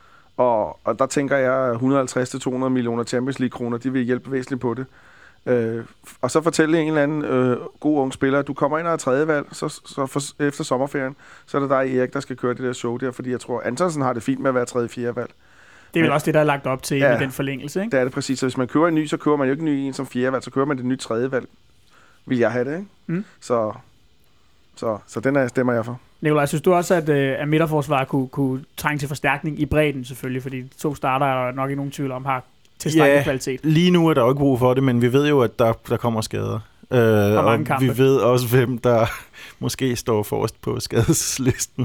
Speaker 3: Og, og der tænker jeg, et hundrede og halvtreds til to hundrede millioner Champions League kroner, de vil hjælpe væsentligt på det. Øh, og så fortælle en eller anden øh, god ung spiller, at du kommer ind og er tredje valg, så, så for, efter sommerferien, så er det dig, Erik, der skal køre det der show der, fordi jeg tror, Antonsen har det fint med at være tredje, fjerde valg.
Speaker 2: Det er vel også det, der er lagt op til
Speaker 3: Ja.
Speaker 2: med den forlængelse, ikke?
Speaker 3: Det er det præcis. Så hvis man køber en ny, så køber man jo ikke en ny en som fjerde valg, så køber man det nye tredje valg. Vil jeg have det, ikke?
Speaker 2: Mm.
Speaker 3: Så, så, så den er, stemmer jeg for.
Speaker 2: Nikolaj, synes du også, at, øh, at midterforsvaret kunne, kunne trænge til forstærkning i bredden selvfølgelig, fordi de to starter er der nok ikke nogen tvivl om har tilstrækkelig
Speaker 4: Ja.
Speaker 2: kvalitet.
Speaker 4: Lige nu er der jo ikke brug for det, men vi ved jo, at der, der kommer skader. Øh, og
Speaker 2: mange kampe.
Speaker 4: vi ved også, hvem der måske står forrest på skadeslisten.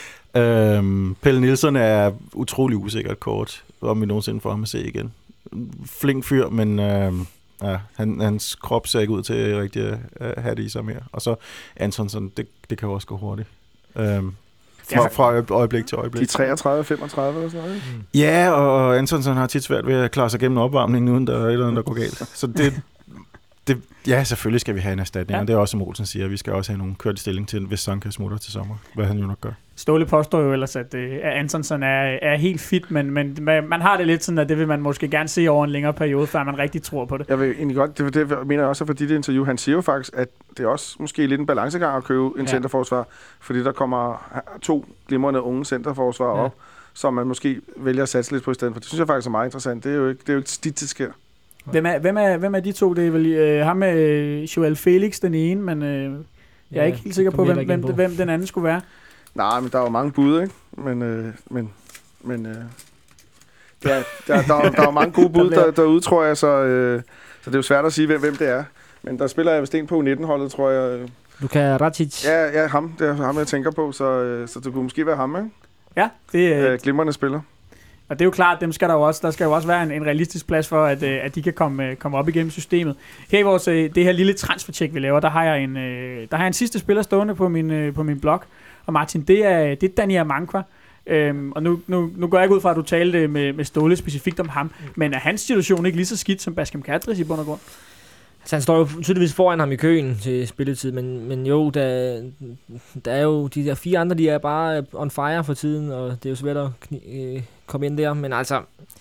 Speaker 4: Øhm, Pelle Nielsen er utrolig usikkert kort, om vi nogensinde får ham at se igen. Flink fyr, men øhm, ja, han, hans krop ser ikke ud til rigtig at have det i sig mere. Og så Antonsson, det, det kan jo også gå hurtigt. Øhm, fra, fra øjeblik til øjeblik.
Speaker 3: De treogtredive femogtredive eller sådan noget, ikke?
Speaker 4: Ja, og Antonsson har tit svært ved at klare sig gennem opvarmningen, uden der er et eller andet, der går galt. Så det, det, ja, selvfølgelig skal vi have en erstatning, ja. Og det er også, som Olsen siger, vi skal også have nogen kørt i stilling til, hvis Sanka smutter til sommer, hvad han jo nok gør.
Speaker 2: Ståle påstår jo ellers, at, øh, at Antonsson er, er helt fit, men, men man, man har det lidt sådan, at det vil man måske gerne se over en længere periode, før man rigtig tror på det.
Speaker 3: Jeg vil egentlig godt, det, det mener jeg også for dit interview, han siger jo faktisk, at det er også måske lidt en balancegang at købe en
Speaker 2: Ja.
Speaker 3: centerforsvar, fordi der kommer to glimrende unge centerforsvar
Speaker 5: Ja.
Speaker 3: op, som man måske vælger at satse lidt på i stedet for. Det synes jeg faktisk er meget interessant. Det er jo ikke, det er jo ikke tit, det sker.
Speaker 2: Hvem er, hvem er, hvem er de to? Det er vel øh, ham med øh, Joel Felix, den ene, men øh, jeg er
Speaker 5: Ja,
Speaker 2: ikke helt sikker
Speaker 5: det
Speaker 2: på
Speaker 5: kom jeg
Speaker 2: hvem,
Speaker 5: heller ikke
Speaker 2: hvem,
Speaker 5: ind på.
Speaker 2: hvem den anden skulle være.
Speaker 3: Nej, men der er jo mange bud, ikke? Men, øh, men, men øh, ja, der, der, der, der er jo mange gode bud
Speaker 2: Der bliver-
Speaker 3: der, derude, tror jeg, så, øh, så det er jo svært at sige, hvem, hvem det er. Men der spiller jeg vist en på U nitten-holdet, tror jeg.
Speaker 5: Luka Racic.
Speaker 3: Ja, ja, ham. Det er ham, jeg tænker på, så, øh, så det kunne måske være ham, ikke?
Speaker 2: Ja, det, øh,
Speaker 3: Øh, glimrende spiller.
Speaker 2: og det er jo klart, dem skal der jo også, der skal jo også være en, en realistisk plads for, at, øh, at de kan komme, øh, komme op igennem systemet. Her i vores, øh, det her lille transfercheck, vi laver, der har jeg en, øh, der har jeg en sidste spiller stående på min, øh, på min blog. Og Martin, det er, det er Daniel Mankwa. Øhm, og nu, nu, nu går jeg ikke ud fra, at du talte med, med Ståle specifikt om ham, men er hans situation ikke lige så skidt som Baskem Kadris i bund og grund?
Speaker 5: Altså, han står jo tydeligvis foran ham i køen til spilletid, men, men jo, der, der er jo de der fire andre, de er bare on fire for tiden, og det er jo svært at kni- øh, komme ind der. Men altså,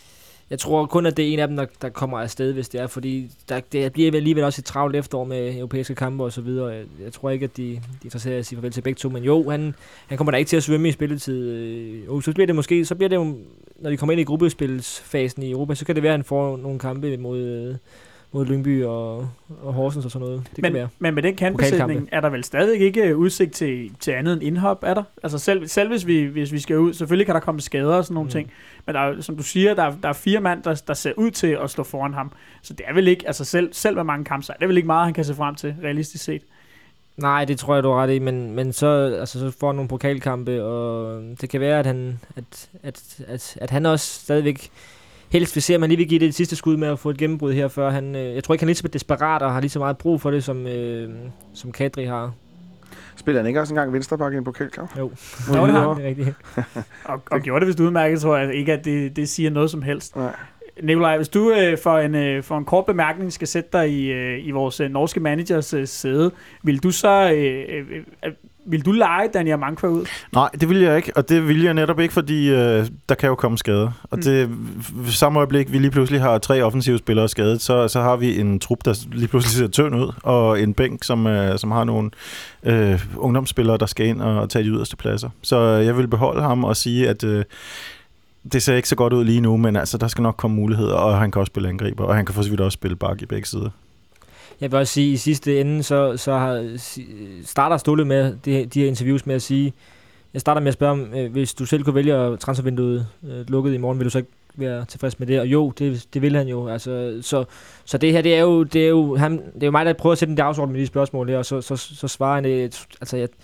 Speaker 5: Jeg tror kun, at det er en af dem, der, der kommer afsted, hvis det er, fordi der, det bliver alligevel også et travlt efterår med europæiske kampe og så videre. Jeg, jeg tror ikke, at de, de er interesseret i at sige farvel til begge to, men jo, han, han kommer da ikke til at svømme i spilletid. Jo, så bliver det måske, så bliver det jo, når de kommer ind i gruppespilsfasen i Europa, så kan det være, at han får nogle kampe mod, mod Lyngby og, og Horsens og sådan noget. Det
Speaker 2: men,
Speaker 5: kan være.
Speaker 2: Men med den kantbesætning er der vel stadig ikke udsigt til, til andet end indhop, er der? Altså selv, selv hvis, vi, hvis vi skal ud, selvfølgelig kan der komme skader og sådan nogle mm. ting, men der er, som du siger, der er, der er fire mand, der, der ser ud til at stå foran ham. Så det er vel ikke, altså selv, selv med mange kampe, så er det vel ikke meget, han kan se frem til, realistisk set.
Speaker 5: Nej, det tror jeg, du er ret i, men, men så, altså, så får han nogle pokalkampe, og det kan være, at han, at, at, at, at han også stadigvæk helst vil se, at man lige vil give det et sidste skud med at få et gennembrud her, før han, øh, jeg tror ikke, han er lige så desperat og har lige så meget brug for det, som, øh, som Kadri har.
Speaker 3: Spiller han ikke også engang venstreback i en pokalkamp?
Speaker 5: Jo,
Speaker 2: Nå, det har
Speaker 5: det er rigtigt.
Speaker 2: og, og gjorde det vist udmærket, tror jeg ikke, at det, det siger noget som helst.
Speaker 3: Nej.
Speaker 2: Nikolaj, hvis du øh, for, en, øh, for en kort bemærkning skal sætte dig i, øh, i vores øh, norske managers øh, sæde, vil du så øh, øh, vil du lege Danny Amankwa ud?
Speaker 4: Nej, det vil jeg ikke, og det vil jeg netop ikke, fordi øh, der kan jo komme skader. Og mm. det samme øjeblik, vi lige pludselig har tre offensive spillere skadet, så, så har vi en trup, der lige pludselig ser tynd ud, og en bænk, som, øh, som har nogle øh, ungdomsspillere, der skal ind og, og tage de yderste pladser. Så øh, jeg vil beholde ham og sige, at øh, det ser ikke så godt ud lige nu, men altså, der skal nok komme muligheder, og han kan også spille angriber, og han kan for så vidt også spille bak i begge sider.
Speaker 5: Jeg vil også sige, at i sidste ende, så, så har, starter Ståle med de, de her interviews med at sige, jeg starter med at spørge om, øh, hvis du selv kunne vælge at transfervinduet øh, lukket i morgen, vil du så ikke være tilfreds med det? Og jo, det, det vil han jo. Altså, så, så det her, det er jo, det er jo, han, det er jo mig, der prøver at sætte en dagsorden med de spørgsmål her, og så, så, så svarer han, et, altså jeg,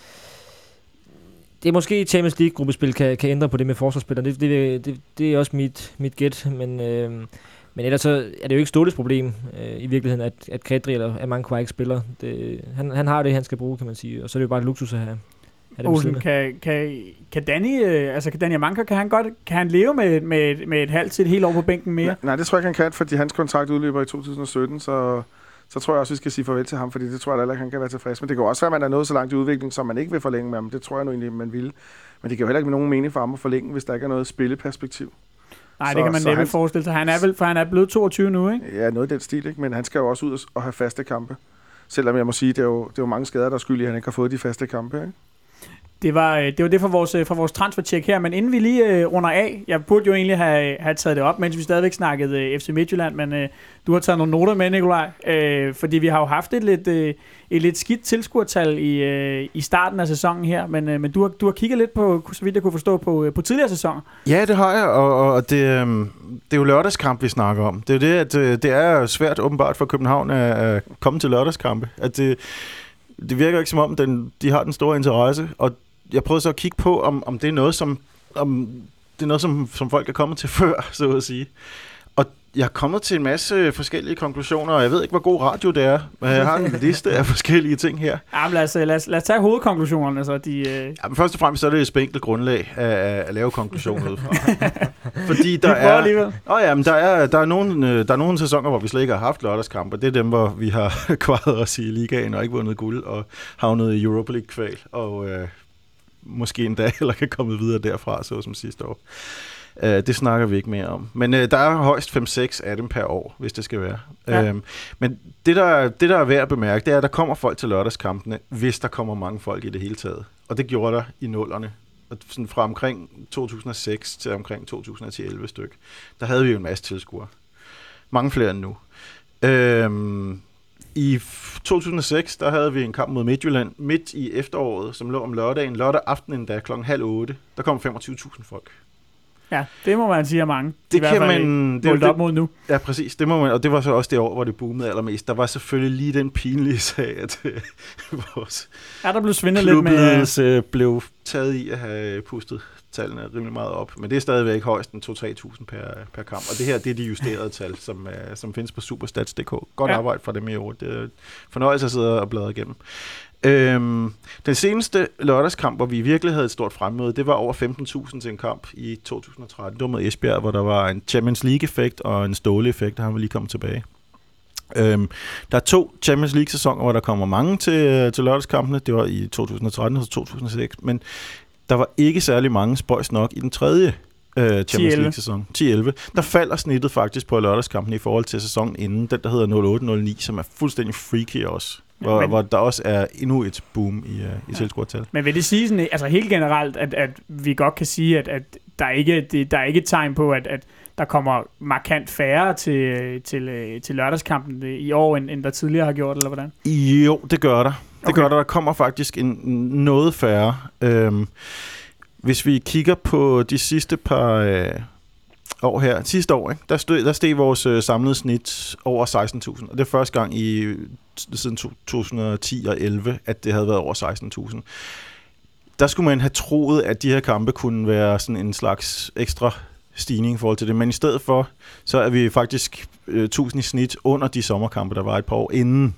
Speaker 5: det er måske Champions League-gruppespil kan, kan ændre på det med forsvarsspillere. Det, det, det, det er også mit, mit gæt, men... Øh, Men ellers så er det jo ikke Ståles problem øh, i virkeligheden, at, at Kadri eller Amankwa ikke spiller. Det, han, han har det, han skal bruge, kan man sige. Og så er det jo bare en luksus at have, have det
Speaker 2: Olsen, kan, kan, kan Danny, øh, altså kan Danny Amankwa, kan han godt, kan han leve med, med, med et halvt til et helt år på bænken mere?
Speaker 3: Nej, nej, det tror jeg ikke, han kan, fordi hans kontrakt udløber i to tusind og sytten, så, så tror jeg også, vi skal sige farvel til ham, fordi det tror jeg heller ikke, han kan være tilfreds. Men det kan også være, at man er nået så langt i udvikling, som man ikke vil forlænge med ham. Det tror jeg nu egentlig, man vil. Men det kan jo heller ikke med nogen mening for ham at forlænge, hvis der ikke er noget spilleperspektiv.
Speaker 2: Nej, det kan man næppe forestille sig. Han er vel, for han er blevet toogtyve nu, ikke?
Speaker 3: Ja, noget i den stil, ikke? Men han skal jo også ud og have faste kampe. Selvom jeg må sige, det er jo, det er jo mange skader, der er skyld i, at han ikke har fået de faste kampe, ikke?
Speaker 2: Det var det, var det for vores, for vores transfercheck her, men inden vi lige uh, runder af, jeg burde jo egentlig have, have taget det op, mens vi stadigvæk snakkede uh, F C Midtjylland, men uh, du har taget nogle noter med, Nikolaj, uh, fordi vi har jo haft et lidt, uh, et lidt skidt tilskuertal i, uh, i starten af sæsonen her, men, uh, men du, har, du har kigget lidt på, så vidt jeg kunne forstå, på, uh, på tidligere sæsoner.
Speaker 4: Ja, det har jeg, og, og det, øhm, det er jo lørdagskamp, vi snakker om. Det er jo det, at det er svært åbenbart for København at, at komme til lørdagskampe. At det, det virker ikke som om, den, de har den store interesse, og jeg prøvede så at kigge på, om, om det er noget, som, om det er noget som, som folk er kommet til før, så at sige. Og jeg er kommet til en masse forskellige konklusioner, og jeg ved ikke, hvor god radio det er, men jeg har en liste af forskellige ting her.
Speaker 2: Ja, men lad os, lad os, lad os tage hovedkonklusionerne. Så de, øh...
Speaker 4: ja, men først og fremmest så er det et spinkelt grundlag at, at lave konklusioner ud fra. Fordi der
Speaker 2: er...
Speaker 4: er, oh ja, men der er, der er nogle, der er nogle sæsoner, hvor vi slet ikke har haft lørdagskampe. Det er dem, hvor vi har kvaret os i ligaen og ikke vundet guld og havnet i Europa League-kval. Og øh, måske endda eller kan komme videre derfra, så som sidste år. Uh, det snakker vi ikke mere om. Men uh, der er højst fem seks af dem per år, hvis det skal være. Ja. Uh, men det der, det, der er værd at bemærke, det er, at der kommer folk til lørdagskampene, hvis der kommer mange folk i det hele taget. Og det gjorde der i nullerne. Og sådan fra omkring to tusind og seks til omkring to tusind og ti elleve styk. Der havde vi jo en masse tilskuere. Mange flere end nu. Uh, I to tusind og seks, der havde vi en kamp mod Midtjylland midt i efteråret, som lå om lørdagen. Lørdag aften endda klokken halv otte. Der kom femogtyve tusind folk.
Speaker 2: Ja, det må man sige er mange.
Speaker 4: Det kan man...
Speaker 2: Det er op mod nu.
Speaker 4: Ja, præcis. Det må man, og det var så også det år, hvor det boomede allermest. Der var selvfølgelig lige den pinlige sag, at øh, vores
Speaker 2: ja, der blev svindet lidt med...
Speaker 4: blev taget i at have pustet tallene rimelig meget op. Men det er stadigvæk højst en to til tre tusind per, per kamp. Og det her, det er de justerede tal, som, uh, som findes på superstats punktum d k. Godt ja. Arbejde fra dem i år. Det er fornøjelse at sidde og bladre igennem. Øhm, den seneste lørdagskamp, hvor vi virkelig havde et stort fremmøde, det var over femten tusind til en kamp i to tusind og tretten. Det var mod Esbjerg, hvor der var en Champions League-effekt og en Ståle-effekt, og han var lige kommet tilbage. Øhm, der er to Champions League-sæsoner, hvor der kommer mange til, til lørdagskampene. Det var i to tusind og tretten og to tusind og seks, men der var ikke særlig mange, spøjs nok, i den tredje øh, Champions League-sæson. ti elleve. Der falder snittet faktisk på lørdagskampen i forhold til sæsonen inden, den der hedder nul otte nul ni, som er fuldstændig freaky også. Hvor, men, hvor der også er endnu et boom i, uh, i ja. tilskuertal.
Speaker 2: Men vil det sige sådan, altså helt generelt, at, at vi godt kan sige, at, at der, er ikke, det, der er ikke et tegn på, at, at der kommer markant færre til, til, til lørdagskampen i år, end, end der tidligere har gjort, eller hvordan?
Speaker 4: Jo, det gør der. Det
Speaker 2: okay.
Speaker 4: gør der. Der kommer faktisk en, noget færre. Øhm, hvis vi kigger på de sidste par øh, år her, sidste år, ikke? Der, stod, der steg vores øh, samlede snit over seksten tusind, og det er første gang i siden to tusind og ti og elleve, at det havde været over seksten tusind. Der skulle man have troet, at de her kampe kunne være sådan en slags ekstra stigning i forhold til det, men i stedet for, så er vi faktisk øh, tusind i snit under de sommerkampe, der var et par år inden,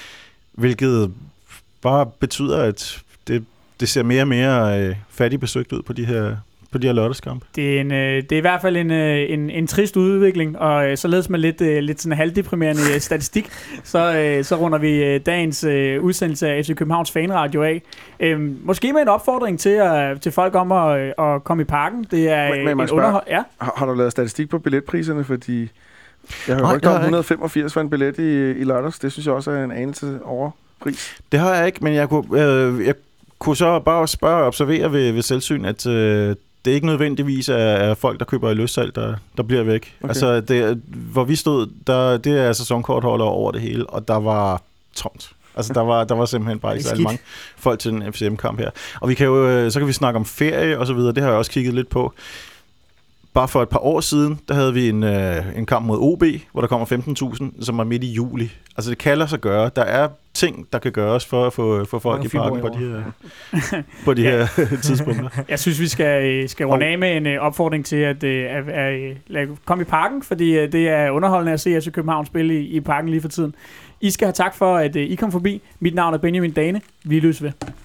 Speaker 4: hvilket bare betyder, at det, det ser mere og mere øh, fattigbesøgt ud på de her på de her lørdagskampe.
Speaker 2: Det er, en, øh, det er i hvert fald en, øh, en, en trist udvikling, og øh, således med lidt, øh, lidt sådan halvdeprimerende øh, statistik, så, øh, så runder vi øh, dagens øh, udsendelse af F C Københavns Fanradio af. Øh, måske med en opfordring til, øh, til folk om at, øh, at komme i parken. Det er
Speaker 3: men, men
Speaker 2: en underhold... Ja?
Speaker 3: Har, har du lavet statistik på billetpriserne? Fordi jeg har hørt om et hundrede og femogfirs for en billet i, i lørdags. Det synes jeg også er en anelse over pris.
Speaker 4: Det har jeg ikke, men jeg kunne, øh, jeg kunne så bare spørge og observere ved, ved selvsyn, at øh, det er ikke nødvendigvis er folk, der køber i løssalg, der, der bliver væk. Okay. Altså, det, hvor vi stod, der, det er sæsonkortholdere over det hele, og der var tomt. Altså, der var, der var simpelthen bare ikke særlig mange folk til den F C M-kamp her. Og vi kan jo, så kan vi snakke om ferie og så videre, det har jeg også kigget lidt på. Bare for et par år siden, der havde vi en, øh, en kamp mod O B, hvor der kommer femten tusind, som er midt i juli. Altså, det kan lade sig gøre. Der er ting, der kan gøres for at få, få folk i parken på de her, på de her tidspunkter.
Speaker 2: Jeg synes, vi skal, skal runde af med en uh, opfordring til at, uh, at, at, at komme i parken, fordi uh, det er underholdende at se F C København spille i, i parken lige for tiden. I skal have tak for, at uh, I kom forbi. Mit navn er Benjamin Dane. Vi løs ved.